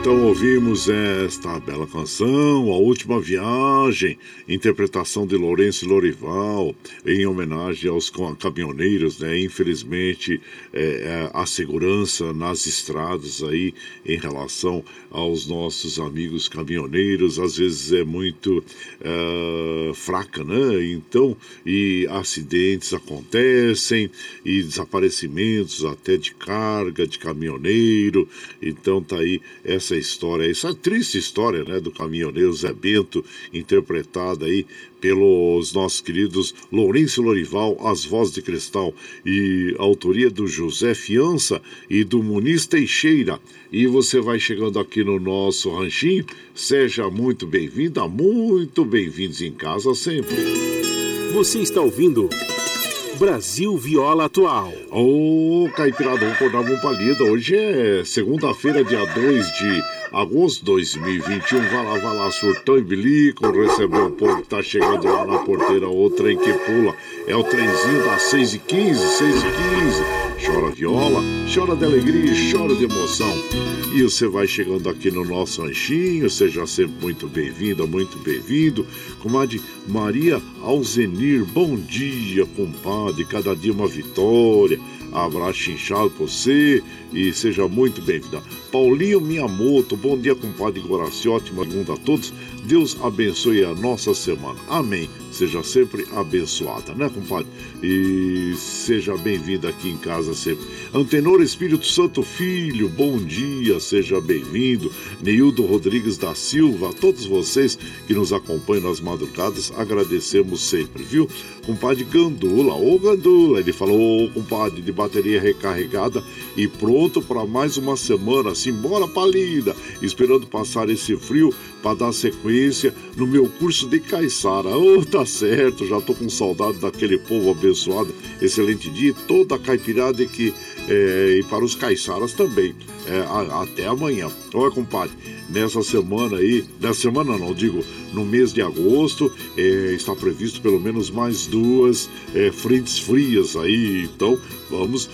Speaker 3: Então ouvimos esta bela canção, A Última Viagem, interpretação de Lourenço Lorival, em homenagem aos caminhoneiros, né? Infelizmente, a segurança nas estradas aí, em relação aos nossos amigos caminhoneiros, às vezes é muito fraca, né? Então, e acidentes acontecem, e desaparecimentos até de carga, de caminhoneiro. Então tá aí essa história, essa triste história, né, do caminhoneiro Zé Bento, interpretada aí pelos nossos queridos Lourenço Lorival, As Vozes de Cristal, e a autoria do José Fiança e do Muniz Teixeira. E você vai chegando aqui no nosso ranchinho, seja muito bem-vinda, muito bem-vindos em casa sempre.
Speaker 1: Você está ouvindo Brasil Viola Atual.
Speaker 3: Ô, Caipirada, vamos acordar uma palida. Hoje é segunda-feira, dia 2 de agosto de 2021. Vai lá, surtão e bilico, recebeu o povo que tá chegando lá na porteira, o trem que pula. É o trenzinho das 6h15, 6h15. Chora viola, chora de alegria e chora de emoção. E você vai chegando aqui no nosso ranchinho, seja sempre muito bem-vinda, muito bem-vindo. Comadre Maria Alzenir, bom dia, compadre, cada dia uma vitória. Abraço inchado pra você e seja muito bem-vinda. Paulinho Miyamoto, bom dia, compadre Guaraci, ótima segunda a todos. Deus abençoe a nossa semana. Amém. Seja sempre abençoada, né, compadre? E seja bem-vinda aqui em casa sempre. Antenor Espírito Santo Filho, bom dia, seja bem-vindo. Neildo Rodrigues da Silva, a todos vocês que nos acompanham nas madrugadas, agradecemos sempre, viu? Compadre Gandula, ô Gandula, ele falou, ô compadre, de bateria recarregada e pronto para mais uma semana, simbora palida, esperando passar esse frio para dar sequência no meu curso de caiçara. Oh, tá certo, já tô com saudade daquele povo abençoado. Excelente dia, toda a caipirada e para os caiçaras também. Até amanhã. Olha, compadre, nessa semana aí, no mês de agosto, está previsto pelo menos mais 2 frentes frias aí. Então, vamos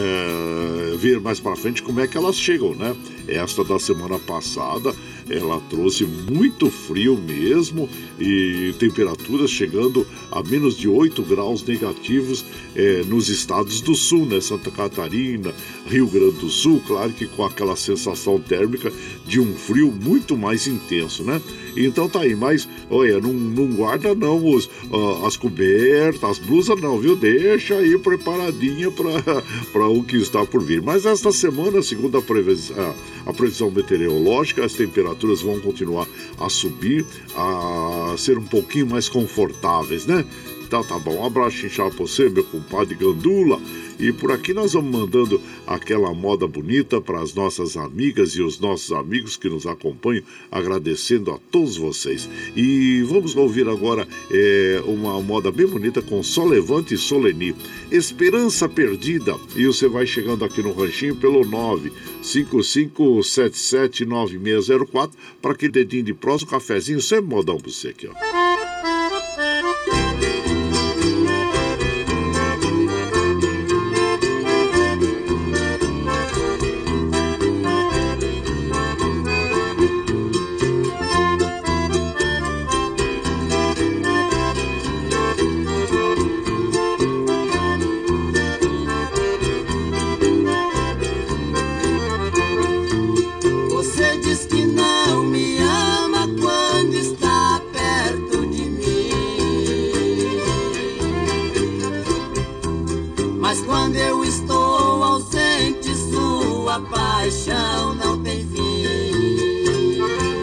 Speaker 3: ver mais para frente como é que elas chegam, né? Esta da semana passada, ela trouxe muito frio mesmo e temperaturas chegando a menos de 8 graus negativos nos estados do sul, né? Santa Catarina, Rio Grande do Sul, claro que com aquela sensação térmica de um frio muito mais intenso, né? Então tá aí, mas olha, não guarda não as cobertas, as blusas não, viu? Deixa aí preparadinha para o que está por vir. Mas esta semana, segundo a previsão meteorológica, as temperaturas vão continuar a subir, a ser um pouquinho mais confortáveis, né? Então tá bom, um abraço inchado pra você, meu compadre Gandula. E por aqui nós vamos mandando aquela moda bonita para as nossas amigas e os nossos amigos que nos acompanham, agradecendo a todos vocês. E vamos ouvir agora uma moda bem bonita com Sol Levante e Soleni, Esperança Perdida. E você vai chegando aqui no ranchinho pelo 955779604 para aquele dedinho de próximo, cafezinho, sempre modão pra você aqui, ó.
Speaker 2: Paixão não tem fim.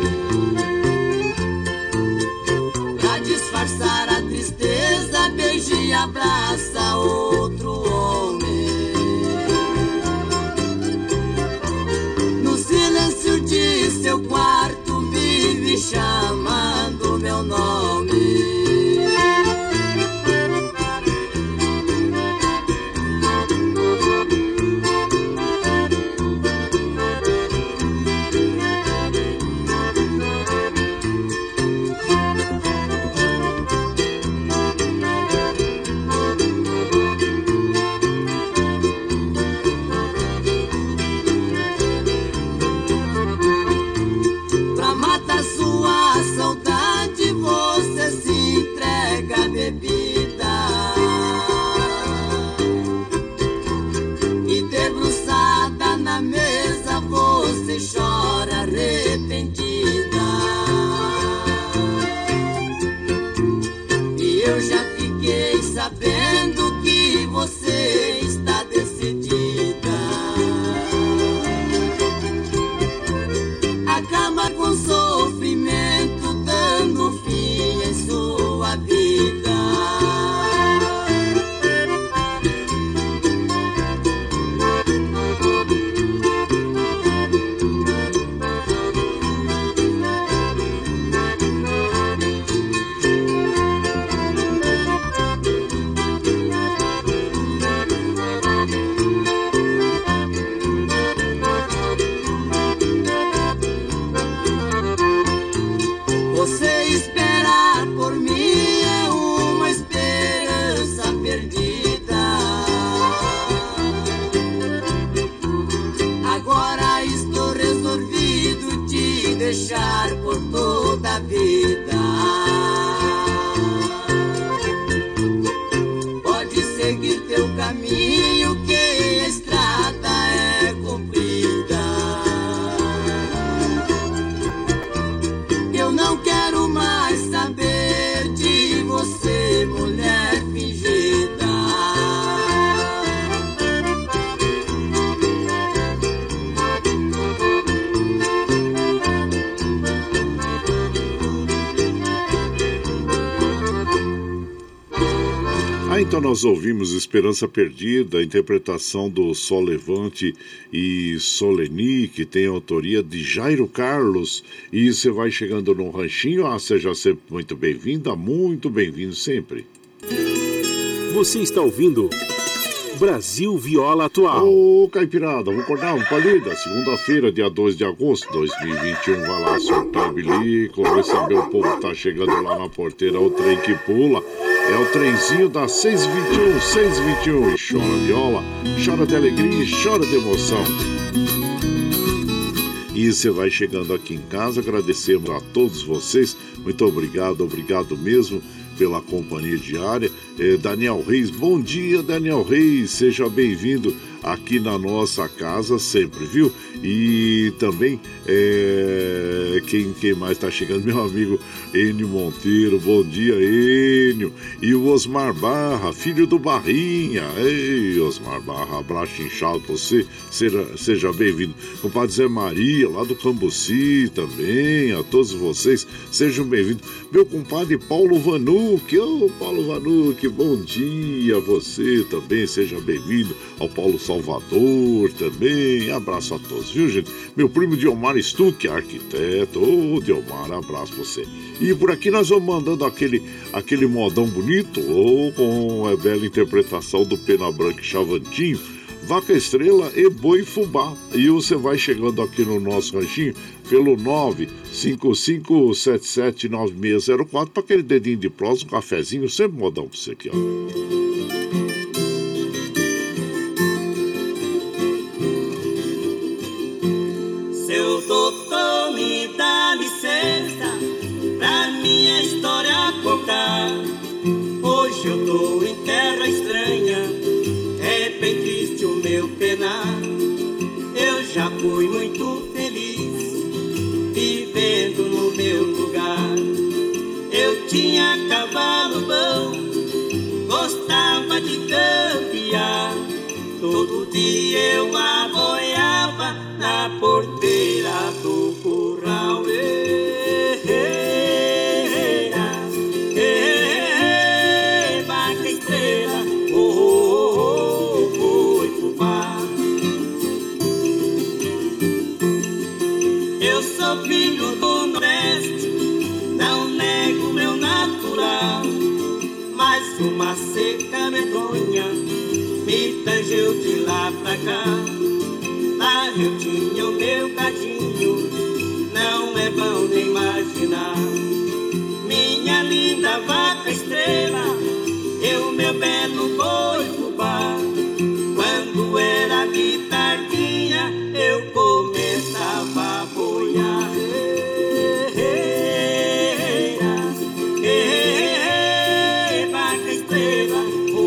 Speaker 2: Pra disfarçar a tristeza, beija e abraça outro homem. No silêncio de seu quarto vive chamando meu nome.
Speaker 3: Então nós ouvimos Esperança Perdida, a interpretação do Sol Levante e Soleni, que tem a autoria de Jairo Carlos. E você vai chegando no ranchinho, seja sempre muito bem-vinda, muito bem-vindo sempre.
Speaker 1: Você está ouvindo Brasil Viola Atual.
Speaker 3: Ô, Caipirada, vamos acordar um palida. Segunda-feira, dia 2 de agosto de 2021. Vai lá soltar o bilico. Vai saber o povo que tá chegando lá na porteira. O trem que pula. É o trenzinho das 6h21, 6h21. E chora viola, chora de alegria e chora de emoção. E você vai chegando aqui em casa. Agradecemos a todos vocês. Muito obrigado, obrigado mesmo pela companhia diária. Daniel Reis, bom dia, Daniel Reis, seja bem-vindo aqui na nossa casa sempre, viu? E também quem mais está chegando? Meu amigo Enio Monteiro, bom dia, Enio. E o Osmar Barra, filho do Barrinha. Ei, Osmar Barra, abraço inchado pra você, seja bem-vindo. Compadre Zé Maria, lá do Cambuci também, a todos vocês, sejam bem-vindos. Meu compadre Paulo Vanucci, Paulo Vanucci, bom dia a você também, seja bem-vindo. Ao Paulo Salvador também, abraço a todos, viu, gente? Meu primo Diomar Stuck, arquiteto, Diomar, abraço pra você. E por aqui nós vamos mandando aquele modão bonito, com a bela interpretação do Pena Branca e Chavantinho, Vaca Estrela e Boi Fubá. E você vai chegando aqui no nosso ranchinho pelo 955779604 para aquele dedinho de prosa, um cafezinho, sempre modão pra você aqui, ó.
Speaker 2: Seu doutor, me dá licença pra minha história contar. Hoje eu tô em terra estranha, é bem triste o meu penar. Eu já fui muito feliz, vivendo no meu lugar. Eu tinha cavalo bom, gostava de campear. Todo dia eu aboiava na porteira do curral. Vaca estrela, boi fubá. Eu sou filho do Nordeste, não nego meu natural, mas uma seca medonha me tangeu de lá pra cá. Lá eu tinha o meu cadinho, não é bom nem imaginar. Minha linda vaca estrela, eu meu belo boi fubá. Quando era de tardinha, eu começava a boiar. Vaca estrela,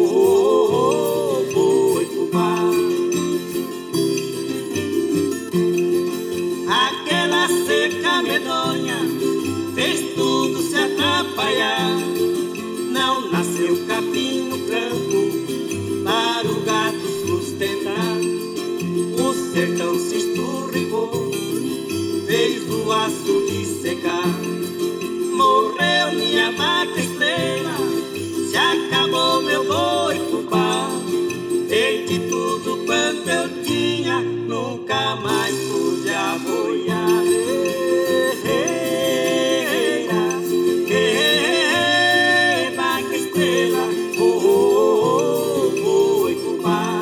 Speaker 2: boi fubá. Aquela seca medonha fez tudo se atrapalhar. Não nasceu capim no campo para o gato sustentar. O sertão se esturricou, fez o açude secar. Morreu minha vaca estrela, se acabou meu boi fubá. Perdi tudo quanto eu tinha, nunca mais pude aboiar. Vaca estrela, boi fubá.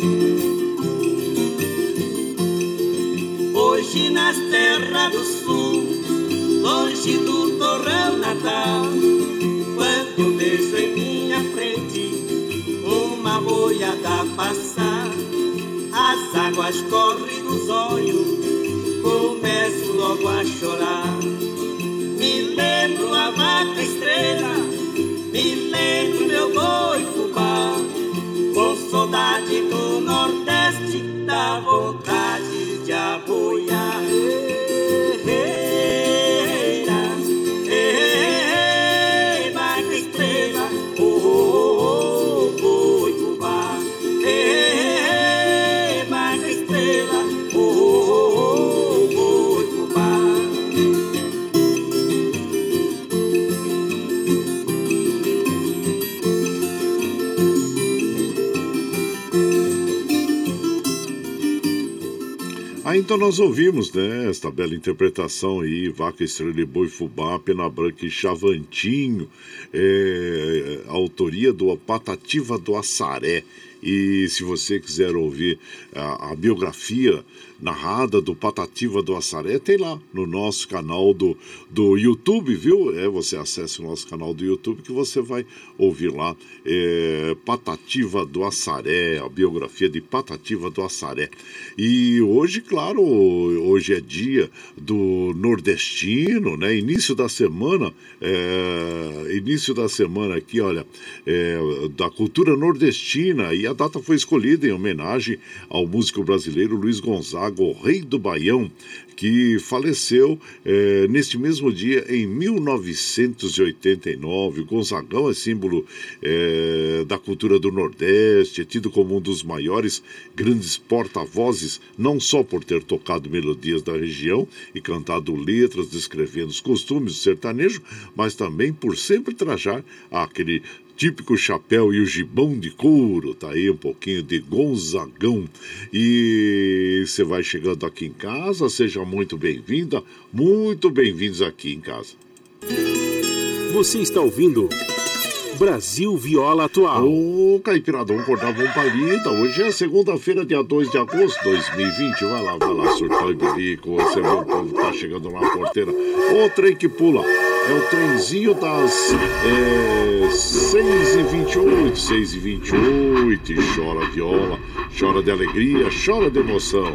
Speaker 2: Hoje nas terras do sul, longe do torrão natal, quando eu vejo em minha frente uma boiada passar, as águas correm nos olhos, começo logo a chorar. Me lembro a vaca estrela, me lembro meu boi fubá. Com saudade do Nordeste, dá vontade de aboiar. Vaca estrela, boi fubá. Vaca estrela, boi fubá.
Speaker 3: Então nós ouvimos, né, esta bela interpretação aí, Vaca, Estrela e Boi, Fubá, Pena Branca e Chavantinho, a autoria do Patativa do Assaré. E se você quiser ouvir a biografia narrada do Patativa do Assaré, tem lá no nosso canal do YouTube, viu? Você acessa o nosso canal do YouTube que você vai ouvir lá Patativa do Assaré, a biografia de Patativa do Assaré. E hoje, claro, hoje é dia do nordestino, né? Início da semana aqui, olha, da cultura nordestina, e a data foi escolhida em homenagem ao músico brasileiro Luiz Gonzaga, o Rei do Baião, que faleceu neste mesmo dia em 1989. O Gonzagão é símbolo da cultura do Nordeste, é tido como um dos maiores grandes porta-vozes, não só por ter tocado melodias da região e cantado letras descrevendo os costumes do sertanejo, mas também por sempre trajar aquele típico chapéu e o gibão de couro. Tá aí um pouquinho de Gonzagão. E você vai chegando aqui em casa, seja muito bem-vinda, muito bem-vindos aqui em casa.
Speaker 1: Você está ouvindo Brasil Viola Atual.
Speaker 3: Ô, Caipirada, vamos acordar, vamos pra lida. Hoje é segunda-feira, dia 2 de agosto de 2020. Vai lá, surtão e bilico. Você vê o povo tá chegando lá na porteira. Ô, trem que pula. É o trenzinho das 6h28, 6h28. E chora viola, chora de alegria, chora de emoção.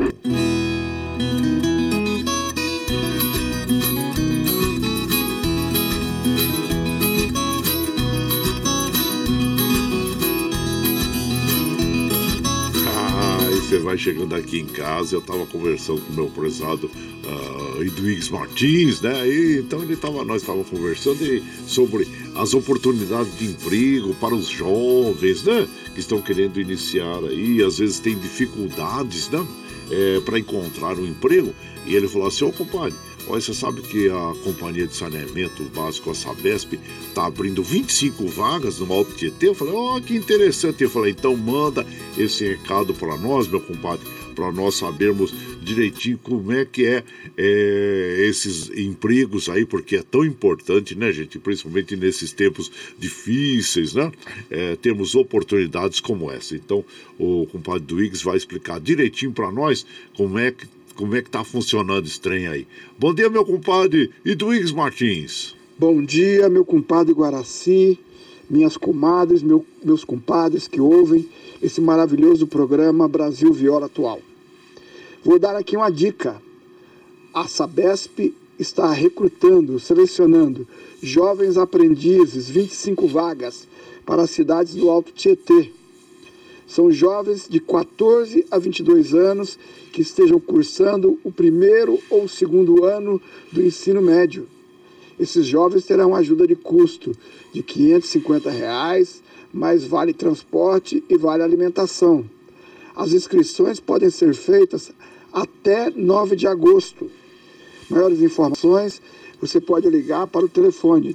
Speaker 3: Você vai chegando aqui em casa, eu estava conversando com o meu prezado Edwigs Martins, né? E, então nós estávamos conversando sobre as oportunidades de emprego para os jovens, né? Que estão querendo iniciar aí, às vezes tem dificuldades, né? Para encontrar um emprego. E ele falou assim: ô compadre, olha, você sabe que a companhia de saneamento básico, a Sabesp, está abrindo 25 vagas no Alto Tietê? Eu falei, que interessante. Eu falei, então manda esse recado para nós, meu compadre, para nós sabermos direitinho como é que esses empregos aí, porque é tão importante, né, gente? Principalmente nesses tempos difíceis, né? Temos oportunidades como essa. Então, o compadre Duígues vai explicar direitinho para nós como é que está funcionando esse trem aí. Bom dia, meu compadre Edwigs Martins.
Speaker 7: Bom dia, meu compadre Guaraci, minhas comadres, meus compadres que ouvem esse maravilhoso programa Brasil Viola Atual. Vou dar aqui uma dica. A Sabesp está recrutando, selecionando jovens aprendizes, 25 vagas para as cidades do Alto Tietê. São jovens de 14 a 22 anos que estejam cursando o primeiro ou segundo ano do ensino médio. Esses jovens terão ajuda de custo de R$ 550, mais vale transporte e vale alimentação. As inscrições podem ser feitas até 9 de agosto. Maiores informações, você pode ligar para o telefone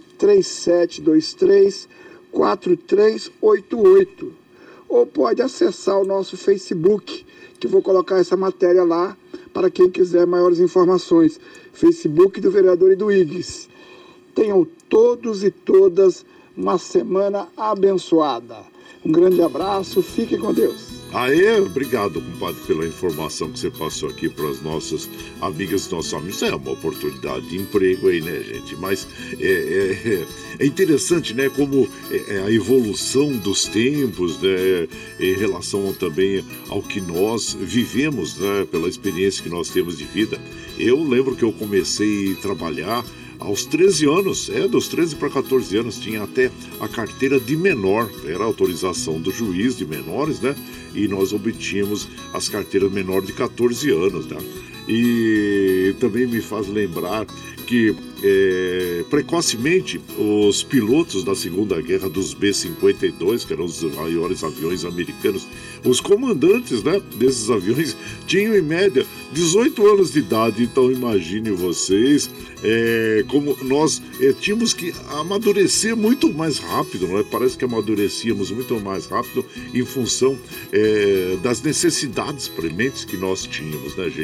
Speaker 7: 3723-4388. Ou pode acessar o nosso Facebook, que vou colocar essa matéria lá para quem quiser maiores informações. Facebook do vereador Edwigs. Tenham todos e todas uma semana abençoada. Um grande abraço, fiquem com Deus.
Speaker 3: Obrigado, compadre, pela informação que você passou aqui para as nossas amigas e nossos amigos. É uma oportunidade de emprego aí, né, gente? Mas é interessante, né, como a evolução dos tempos, né, em relação também ao que nós vivemos, né, pela experiência que nós temos de vida. Eu lembro que eu comecei a trabalhar aos 13 anos, dos 13 para 14 anos, tinha até a carteira de menor, era a autorização do juiz de menores, né? E nós obtínhamos as carteiras menor de 14 anos, né? E também me faz lembrar que precocemente os pilotos da Segunda Guerra dos B-52, que eram os maiores aviões americanos, os comandantes, né, desses aviões tinham em média 18 anos de idade. Então imagine vocês como nós tínhamos que amadurecer muito mais rápido, não é? Parece que amadurecíamos muito mais rápido em função das necessidades prementes que nós tínhamos, né, gente?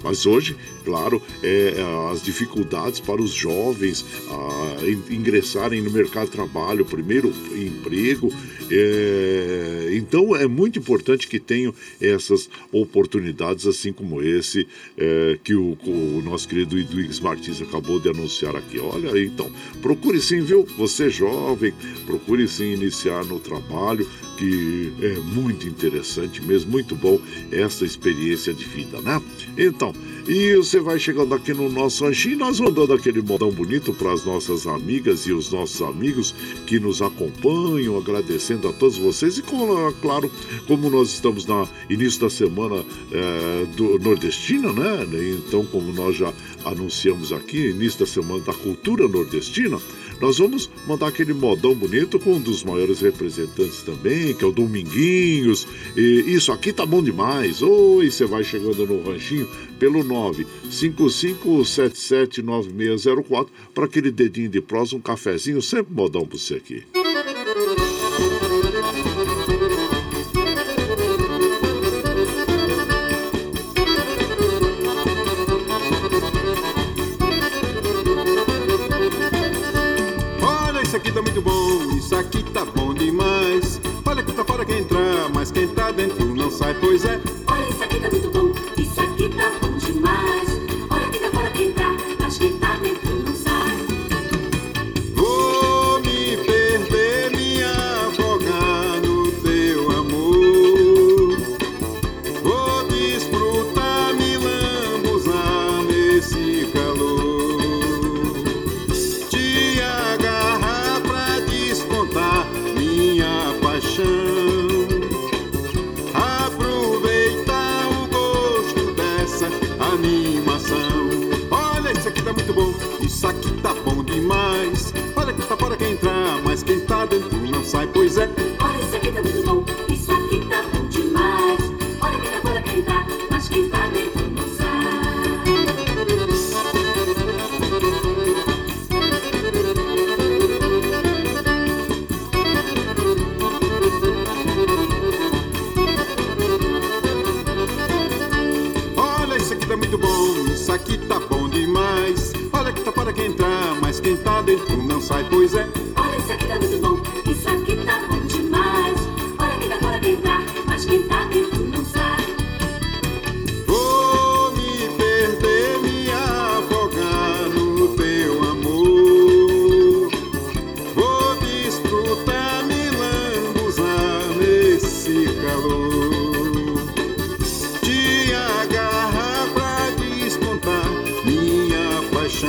Speaker 3: Mas hoje, claro, as dificuldades para os jovens ingressarem no mercado de trabalho, primeiro emprego. Então é muito importante que tenham essas oportunidades, assim como esse que o nosso querido Edwiges Martins acabou de anunciar aqui. Olha, então, procure sim, viu? Você jovem, procure sim iniciar no trabalho, que é muito interessante mesmo, muito bom essa experiência de vida, né? Então, e você vai chegando aqui no nosso ranchinho, nós vamos dando aquele modão bonito para as nossas amigas e os nossos amigos que nos acompanham, agradecendo a todos vocês e, claro, como nós estamos no início da semana do nordestina, né? Então, como nós já anunciamos aqui, início da semana da cultura nordestina, nós vamos mandar aquele modão bonito com um dos maiores representantes também, que é o Dominguinhos. E isso aqui tá bom demais. Oi, você vai chegando no ranchinho pelo 955779604 para aquele dedinho de prosa, um cafezinho, sempre modão pra você aqui.
Speaker 6: Isso aqui tá muito bom, isso aqui tá bom demais. Olha que tá fora quem entrar, mas quem tá dentro não sai, pois é.
Speaker 8: Olha, isso aqui tá muito bom, isso aqui tá bom demais. Olha que tá fora quem entrar, mas quem tá dentro não sai.
Speaker 6: Vou me perder, me afogar no teu amor. Vou desfrutar, me lambuzar nesse calor. Minha paixão, aproveitar o gosto dessa animação. Olha, isso aqui tá muito bom, isso aqui tá bom demais. Olha que tá fora quem entrar, mas quem tá dentro não sai, pois é.
Speaker 8: Olha, isso aqui tá muito bom, isso aqui tá bom demais. Olha que tá fora quem entrar, mas quem tá dentro não sai.
Speaker 6: Tá muito bom, isso aqui tá bom demais. Olha que tá fora quem entrar, mas quem tá dentro não sai, pois é.
Speaker 8: Olha, isso aqui tá muito bom, isso aqui tá bom demais. Olha que tá fora quem entrar, mas quem tá dentro não sai.
Speaker 6: Vou me perder, me afogar no teu amor. Vou desfrutar, me lambuzar nesse calor. Te agarrar pra descontar minha paixão.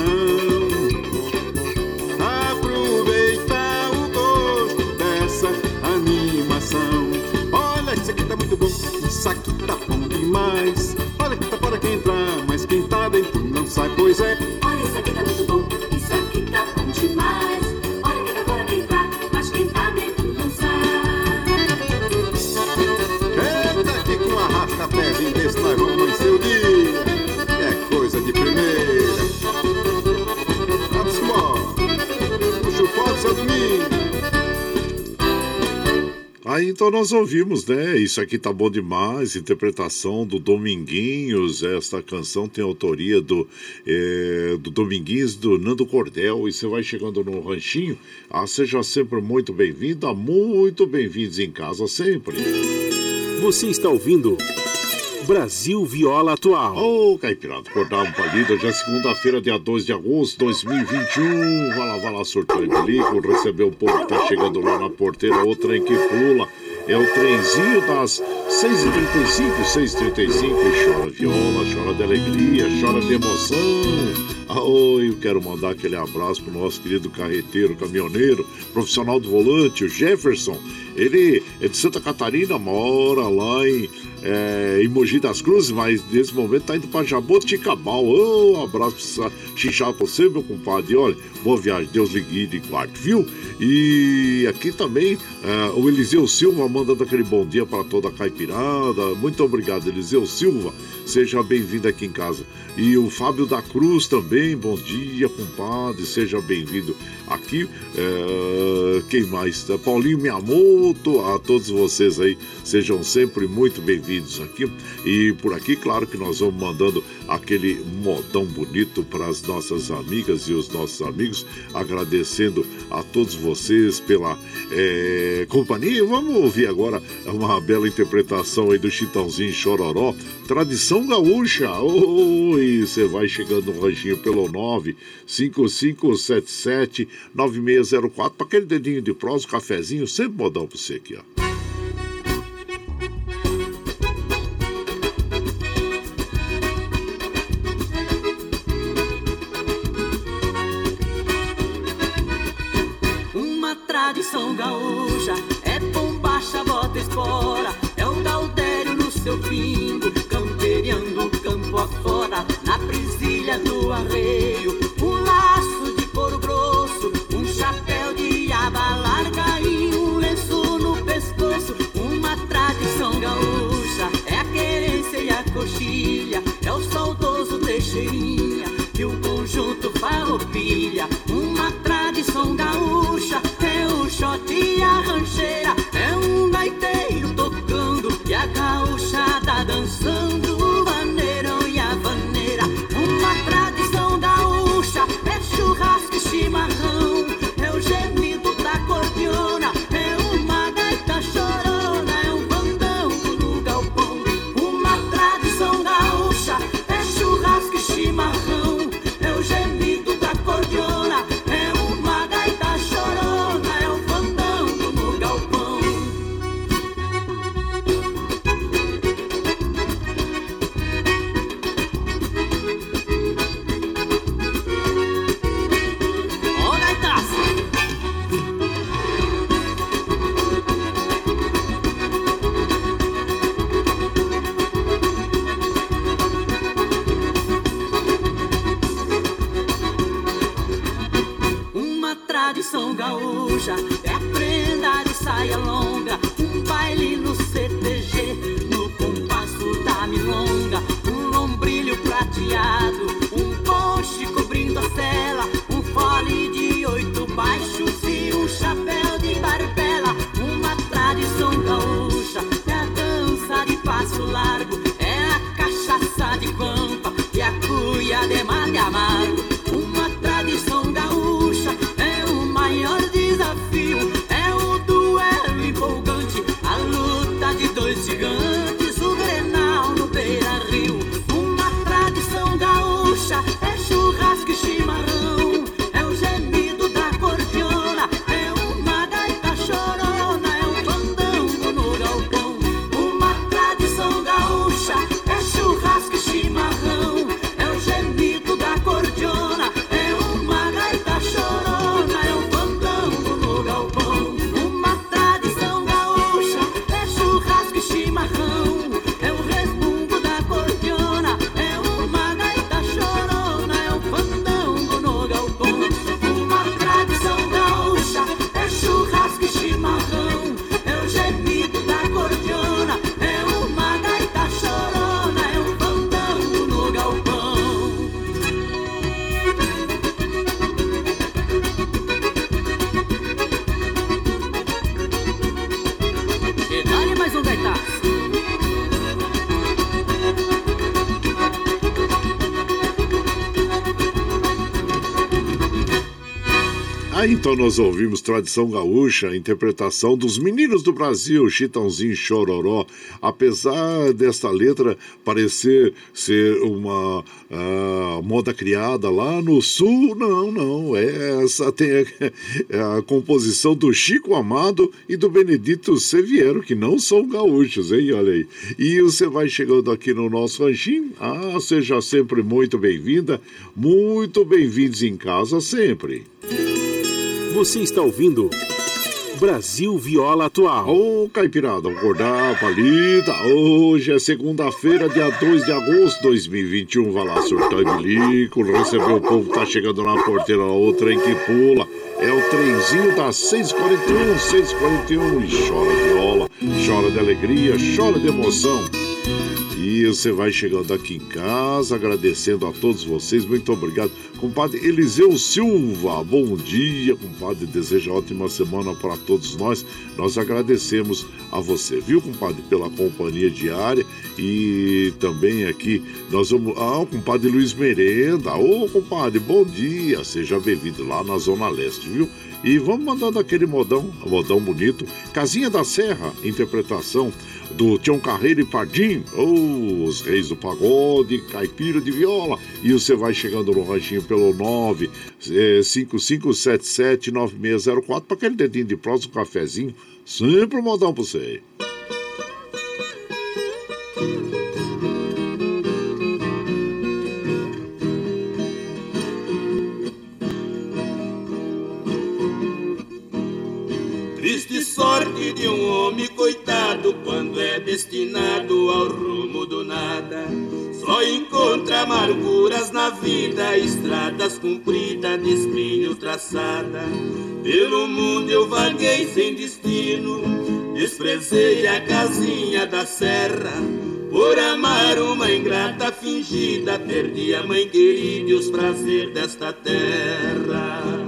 Speaker 6: Aproveitar o gosto dessa animação. Olha, isso aqui tá muito bom, isso aqui tá bom demais. Olha que tá fora quem entrar, mas quem tá dentro não sai, pois é.
Speaker 8: Olha, isso aqui tá muito bom, isso aqui tá bom demais. Olha que tá fora quem entrar, mas quem tá dentro não sai.
Speaker 6: Eita, aqui com arrasta-pézinho desse nós vamos amanhecer o dia. É coisa de primeira. Vamos embora. Puxa o foto, seu Domingo.
Speaker 3: Aí então nós ouvimos, né? Isso aqui tá bom demais. Interpretação do Dominguinhos. Esta canção tem autoria do Dominguinhos, do Nando Cordel. E você vai chegando no ranchinho. Seja sempre muito bem-vinda, muito bem-vindos em casa sempre.
Speaker 1: Você está ouvindo Brasil Viola Atual.
Speaker 3: Ô, Caipirada, acordar um palito. Hoje é segunda-feira, dia 2 de agosto de 2021. Vai lá, surtar em bilico. Receber o povo que tá chegando lá na porteira. O trem que pula. É o trenzinho das 6h35, 6h35. Chora viola, chora de alegria, chora de emoção. Eu quero mandar aquele abraço pro nosso querido carreteiro, caminhoneiro, profissional do volante, o Jefferson. Ele é de Santa Catarina, mora lá em Mogi das Cruzes, mas nesse momento tá indo pra Jaboticabal. Um abraço pra xixar pra você, meu compadre. E olha, boa viagem, Deus lhe guie de quarto, viu? E aqui também o Eliseu Silva mandando aquele bom dia para toda a caipirada. Muito obrigado, Eliseu Silva. Seja bem-vindo aqui em casa. E o Fábio da Cruz também, bom dia, compadre. Seja bem-vindo aqui. Quem mais? Paulinho Miyamoto, a todos vocês aí, sejam sempre muito bem-vindos aqui. E por aqui, claro que nós vamos mandando aquele modão bonito para as nossas amigas e os nossos amigos, agradecendo a todos vocês pela companhia. Vamos ouvir agora uma bela interpretação aí do Chitãozinho Chororó, tradição gaúcha. Oi, você vai chegando no ranchinho pelo 955779604 para aquele dedinho de prosa, cafezinho, sempre modão para você aqui, ó.
Speaker 2: Tradição gaúcha, é bombacha, bota espora, é o Gaudério no seu pingo, camperiando campo afora, na presilha do arreio, um laço de couro grosso, um chapéu de aba larga e um lenço no pescoço. Uma tradição gaúcha, é a querência e a coxilha, é o saudoso Teixeirinha e o conjunto Farroupilha. Uma tradição gaúcha, é o shot e a rancheira, é um gaiteiro tocando e a gaúchada dançando o vaneirão e a vaneira. Uma tradição gaúcha, é churrasco e chimarrão, é o gemido da cordiona, é uma gaita chorona, é um fandango no galpão. Uma tradição gaúcha, é churrasco e chimarrão, é o gemido da cordiona, é uma gaita chorona, é um fandango no galpão. Ó, gaitaço! Uma tradição gaúcha, é a prenda de saia longa, um baile no CTG, no compasso da milonga, um lombrilho prateado, um ponche cobrindo a cela, um fole de 8 baixos e um chapéu de barbela. Uma tradição gaúcha, é a dança de passo largo, é a cachaça de pampa e a cuia de mate amargo. Uma tradição gaúcha, é o maior desafio, é o duelo empolgante, a luta de dois gigantes, o Grenal no Beira-Rio. Uma tradição gaúcha, é churrasco e chimarrão, é o gemido da cordiona, é uma gaita chorona, é um fandango no galpão. Uma tradição gaúcha, é churrasco e chimarrão, é o gemido da cordiona, é uma gaita chorona, é um fandango no galpão. Uma tradição gaúcha, é churrasco e chimarrão, é o resmungo da cordiona, é uma gaita chorona, é um fandango no galpão. Uma tradição gaúcha, é churrasco e chimarrão, é o gemido da cordiona, é uma gaita chorona, é um fandango no galpão. E dá-lhe mais um gaitaço.
Speaker 3: Aí então nós ouvimos Tradição Gaúcha, a interpretação dos Meninos do Brasil, Chitãozinho Chororó. Apesar desta letra parecer ser uma moda criada lá no sul, não. Essa tem a composição do Chico Amado e do Benedito Seviero, que não são gaúchos, hein? Olha aí. E você vai chegando aqui no nosso ranchinho. Seja sempre muito bem-vinda, muito bem-vindos em casa sempre.
Speaker 1: Você está ouvindo Brasil Viola Atual.
Speaker 3: Ô, Caipirada, acordar, palida. Hoje é segunda-feira, dia 2 de agosto de 2021. Vai lá, surtar e bilico, receber o povo que tá chegando na porteira, o trem que pula. É o trenzinho das 6h41. E chora viola, chora de alegria, chora de emoção. E você vai chegando aqui em casa, agradecendo a todos vocês. Muito obrigado. Compadre Eliseu Silva, bom dia, compadre. Deseja ótima semana para todos nós. Nós agradecemos a você, viu, compadre, pela companhia diária. E também aqui nós vamos... o compadre Luiz Merenda. Ô, compadre, bom dia. Seja bem-vindo lá na Zona Leste, viu? E vamos mandando aquele modão bonito. Casinha da Serra, interpretação do Tião Carreiro e Pardim, os reis do pagode, caipira de viola. E você vai chegando no ranchinho pelo 955779604 para aquele dedinho de prosa, um cafezinho. Sempre um modão pra você aí.
Speaker 6: Triste sorte de um homem coitado quando é destinado ao rumo do nada. Só encontra amarguras na vida, estradas compridas de espinho traçada. Pelo mundo eu vaguei sem destino, desprezei a casinha da serra. Por amar uma ingrata fingida, perdi a mãe querida e os prazeres desta terra.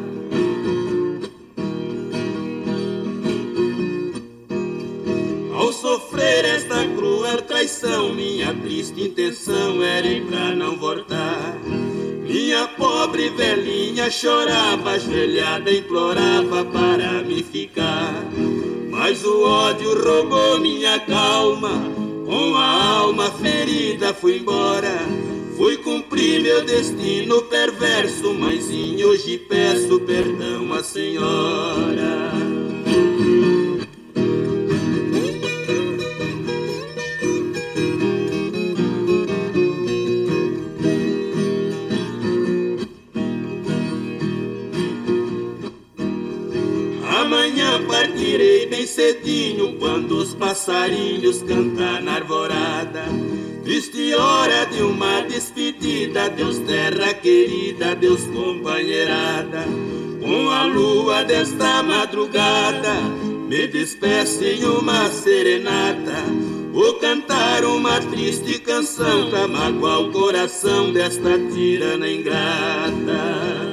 Speaker 6: Ao sofrer esta cruel traição, minha triste intenção era ir pra não voltar. Minha pobre velhinha chorava, ajoelhada implorava para me ficar. Mas o ódio roubou minha calma, com a alma ferida fui embora. Fui cumprir meu destino perverso, mãezinha, hoje peço perdão à senhora. Amanhã partirei bem cedinho, quando os passarinhos cantar na arvorada. Triste hora de uma despedida, Deus terra querida, Deus companheirada. Com a lua desta madrugada, me despeço em uma serenata. Vou cantar uma triste canção pra magoar o coração desta tirana ingrata.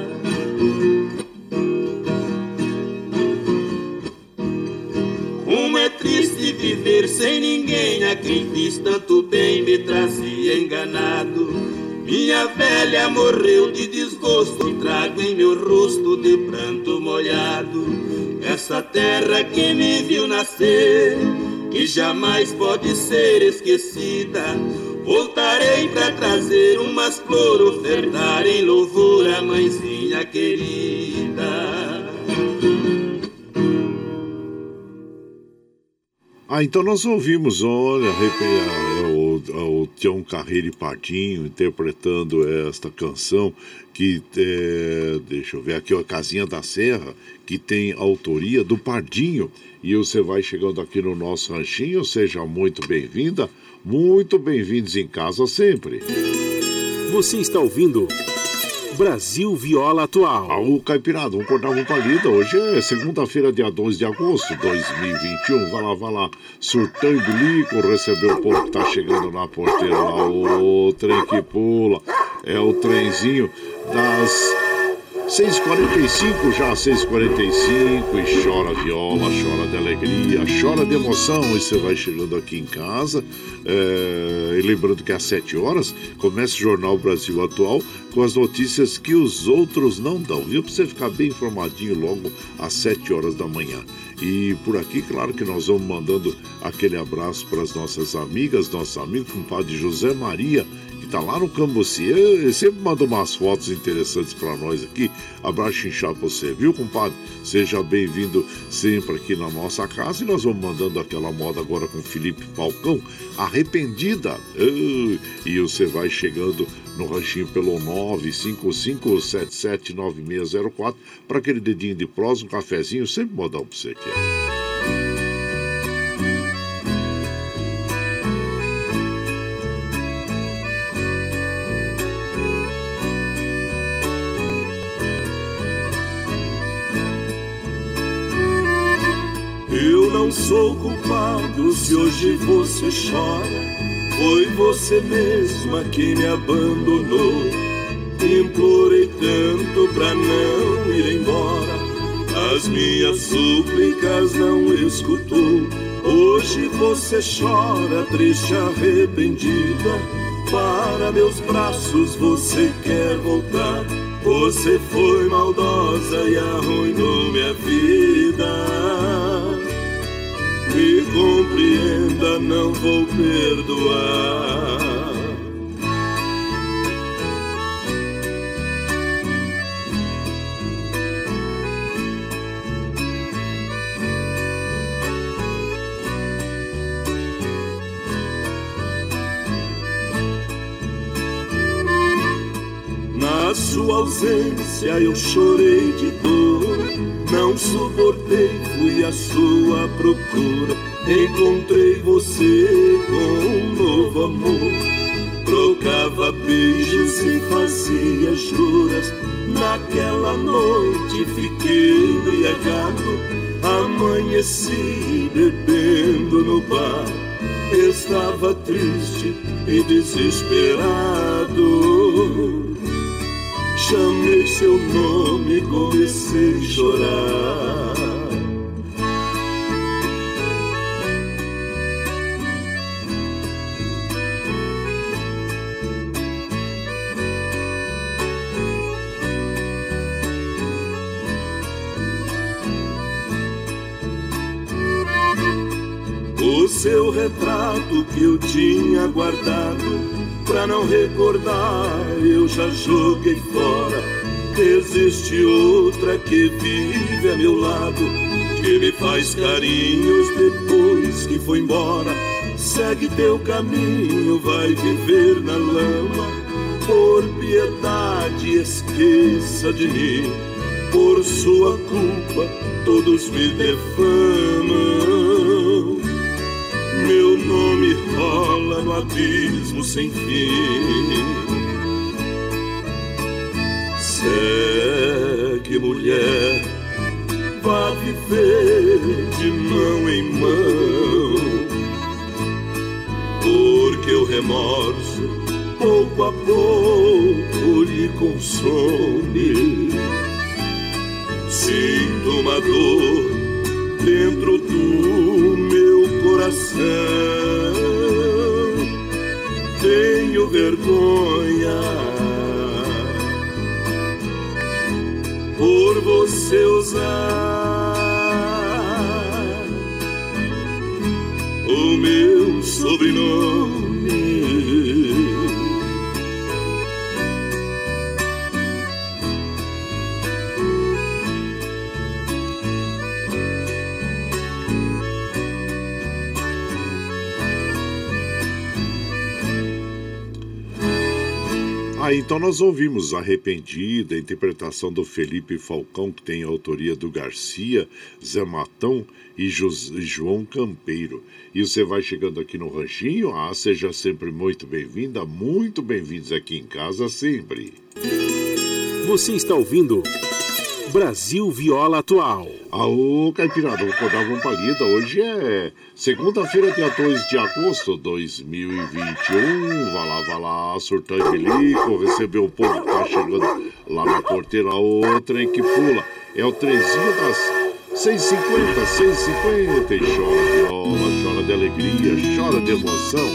Speaker 6: Como é triste viver sem ninguém, a quem fiz tanto bem me trazia enganado. Minha velha morreu de desgosto, trago em meu rosto de pranto molhado. Essa terra que me viu nascer, que jamais pode ser esquecida. Voltarei pra trazer umas flores, ofertar em louvor a mãezinha querida.
Speaker 3: Então nós ouvimos, olha, o Tião Carreiro e Pardinho interpretando esta canção que, deixa eu ver aqui, a Casinha da Serra, que tem autoria do Pardinho. E você vai chegando aqui no nosso ranchinho, seja muito bem-vinda, muito bem-vindos em casa sempre.
Speaker 1: Você está ouvindo Brasil Viola Atual.
Speaker 3: Alô, Caipirada, vamos cortar uma palida. Hoje é segunda-feira, dia 12 de agosto de 2021. Vai lá, surtão e bilico, recebeu o povo que tá chegando na porteira lá. O trem que pula, é o trenzinho das 6h45, já 6h45, e chora viola, chora de alegria, chora de emoção. E você vai chegando aqui em casa, e lembrando que às 7 horas começa o Jornal Brasil Atual com as notícias que os outros não dão, viu? Pra você ficar bem informadinho logo às 7 horas da manhã. E por aqui, claro que nós vamos mandando aquele abraço para as nossas amigas, nossos amigos, com o padre José Maria, que tá lá no Cambuci. Ele sempre manda umas fotos interessantes para nós aqui. Abraço inchado pra você, viu, compadre? Seja bem-vindo sempre aqui na nossa casa. E nós vamos mandando aquela moda agora com Felipe Falcão, Arrependida. E você vai chegando no ranchinho pelo 955779604 para aquele dedinho de prosa, um cafezinho, sempre modal pra você aqui.
Speaker 6: Eu não sou culpado se hoje você chora. Foi você mesma que me abandonou. Implorei tanto pra não ir embora, as minhas súplicas não escutou. Hoje você chora, triste, arrependida. Para meus braços você quer voltar. Você foi maldosa e arruinou minha vida. Me compreenda, não vou perdoar. Na sua ausência eu chorei de dor, não suportei, fui à sua procura. Encontrei você com um novo amor, trocava beijos e fazia juras. Naquela noite fiquei embriagado, amanheci bebendo no bar. Estava triste e desesperado, chamei seu nome e comecei a chorar. O seu retrato que eu tinha guardado, pra não recordar eu já joguei fora. Existe outra que vive a meu lado, que me faz carinhos depois que foi embora. Segue teu caminho, vai viver na lama. Por piedade esqueça de mim, por sua culpa todos me defamam. Meu nome rola no abismo sem fim. Segue, mulher, vá viver de mão em mão, porque o remorso pouco a pouco lhe consome. Sinto uma dor dentro do meu coração, tenho vergonha por você usar o meu sobrenome.
Speaker 3: Então nós ouvimos Arrependida, a interpretação do Felipe Falcão, que tem a autoria do Garcia, Zé Matão e João Campeiro. E você vai chegando aqui no Ranchinho, seja sempre muito bem-vinda, muito bem-vindos aqui em casa sempre.
Speaker 1: Você está ouvindo Brasil Viola Atual.
Speaker 3: Ô, Caipirada, vou acordar uma palida. Hoje é segunda-feira, dia 2 de agosto de 2021. Vai lá, surtão e bilico, receber o povo que tá chegando lá na porteira. O trem que pula é o trezinho das 6h50. E chora viola, chora de alegria, chora de emoção.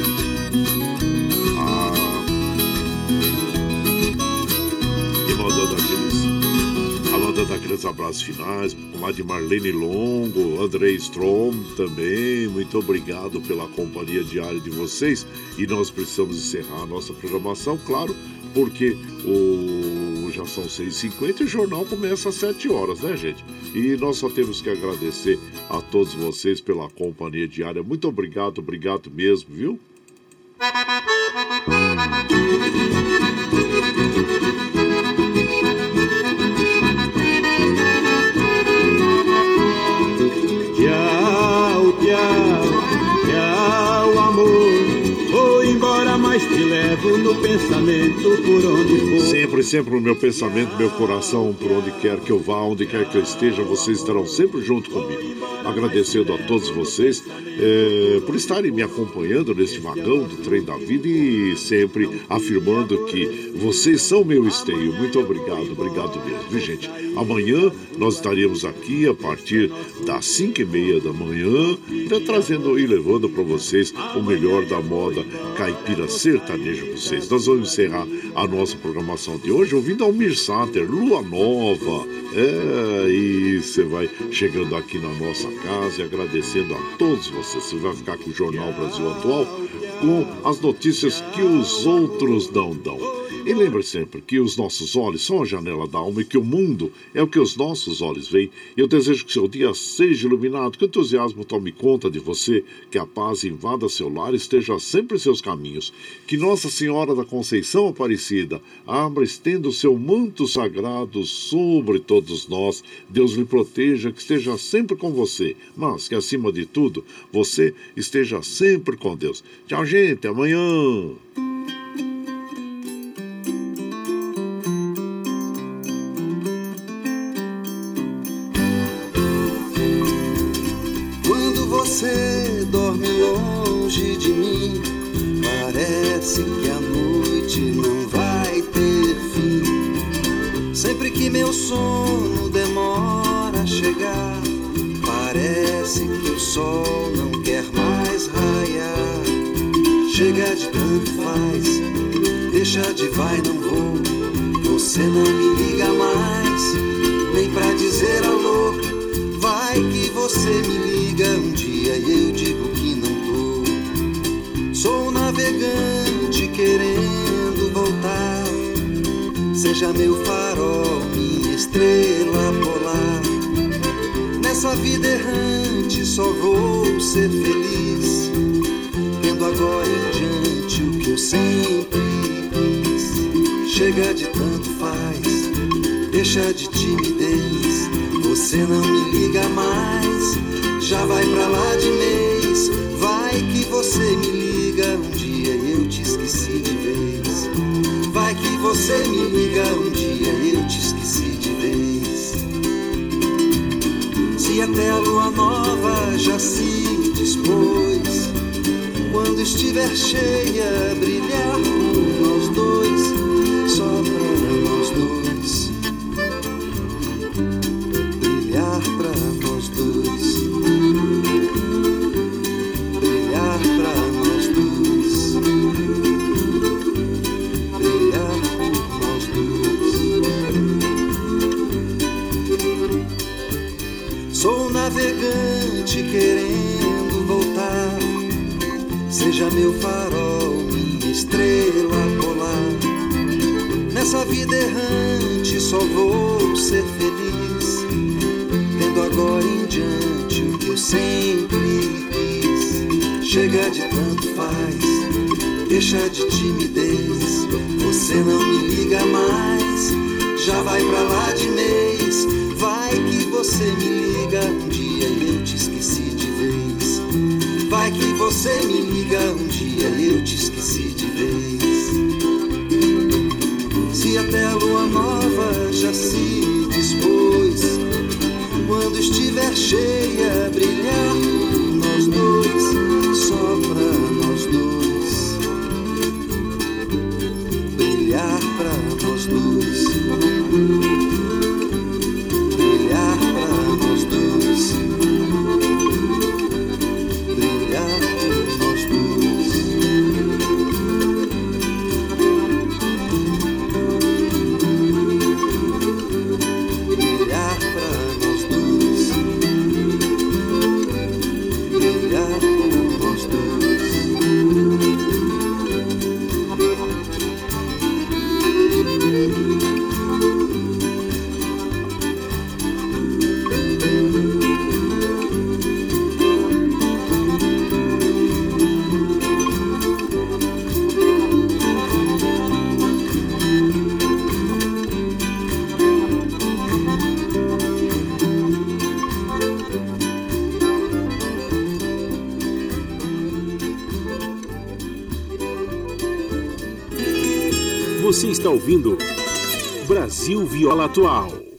Speaker 3: E mandando aqueles abraços finais, lá de Marlene Longo, André Strom também, muito obrigado pela companhia diária de vocês. E nós precisamos encerrar a nossa programação, claro, porque já são 6h50 e o jornal começa às 7 horas, né, gente? E nós só temos que agradecer a todos vocês pela companhia diária. Muito obrigado mesmo, viu?
Speaker 9: Tchau, amor. Vou embora, mas te levo no pensamento por onde for.
Speaker 3: Sempre no meu pensamento, meu coração, por onde quer que eu vá, onde quer que eu esteja, vocês estarão sempre junto comigo. agradecendo a todos vocês por estarem me acompanhando neste vagão do trem da vida e sempre afirmando que vocês são meu esteio. Muito obrigado mesmo, viu, gente? Amanhã nós estaremos aqui a partir das 5h30 da manhã, trazendo e levando para vocês o melhor da moda caipira sertaneja para vocês. Nós vamos encerrar a nossa programação de hoje ouvindo Almir Sater, Lua Nova. E você vai chegando aqui na nossa casa e agradecendo a todos vocês. Você vai ficar com o Jornal Brasil Atual, com as notícias que os outros não dão. E lembre sempre que os nossos olhos são a janela da alma e que o mundo é o que os nossos olhos veem. Eu desejo que seu dia seja iluminado, que o entusiasmo tome conta de você, que a paz invada seu lar e esteja sempre em seus caminhos. Que Nossa Senhora da Conceição Aparecida abra e estenda o seu manto sagrado sobre todos nós. Deus lhe proteja, que esteja sempre com você, mas que acima de tudo você esteja sempre com Deus. Tchau, gente, amanhã.
Speaker 6: Você dorme longe de mim, parece que a noite não vai ter fim. Sempre que meu sono demora a chegar, parece que o sol não quer mais raiar. Chega de tanto faz, deixa de vai, não vou. Você não me liga mais, nem pra dizer alô. Vai que você me liga um dia e eu digo que não tô. Sou um navegante querendo voltar. Seja meu farol, minha estrela polar. Nessa vida errante só vou ser feliz, tendo agora em diante o que eu sempre quis. Chega de tanto faz, deixa de timidez. Você não me liga mais, já vai pra lá de mês. Vai que você me liga um dia e eu te esqueci de vez. Vai que você me liga um dia e eu te esqueci de vez. Se até a lua nova já se dispôs, quando estiver cheia, brilhar por nós dois, só pra nós dois. Pra nós dois, brilhar pra nós dois, brilhar por nós dois. Sou um navegante querendo voltar. Seja meu farol, minha estrela polar. Nessa vida errante só vou ser feliz, tendo agora em diante o que eu sempre quis. Chega de tanto faz, deixa de timidez. Você não me liga mais, já vai pra lá de mês. Vai que você me liga um dia e eu te esqueci de vez. Vai que você me liga um dia e eu te esqueci de vez. Se até a lua nova já se dispôs, quando estiver cheia, brilhar por nós dois, só pra nós dois, brilhar pra nós dois, brilhar pra nós dois, brilhar por nós dois. Brilhar pra nós dois, brilhar por nós dois.
Speaker 1: Você está ouvindo Brasil Viola Atual.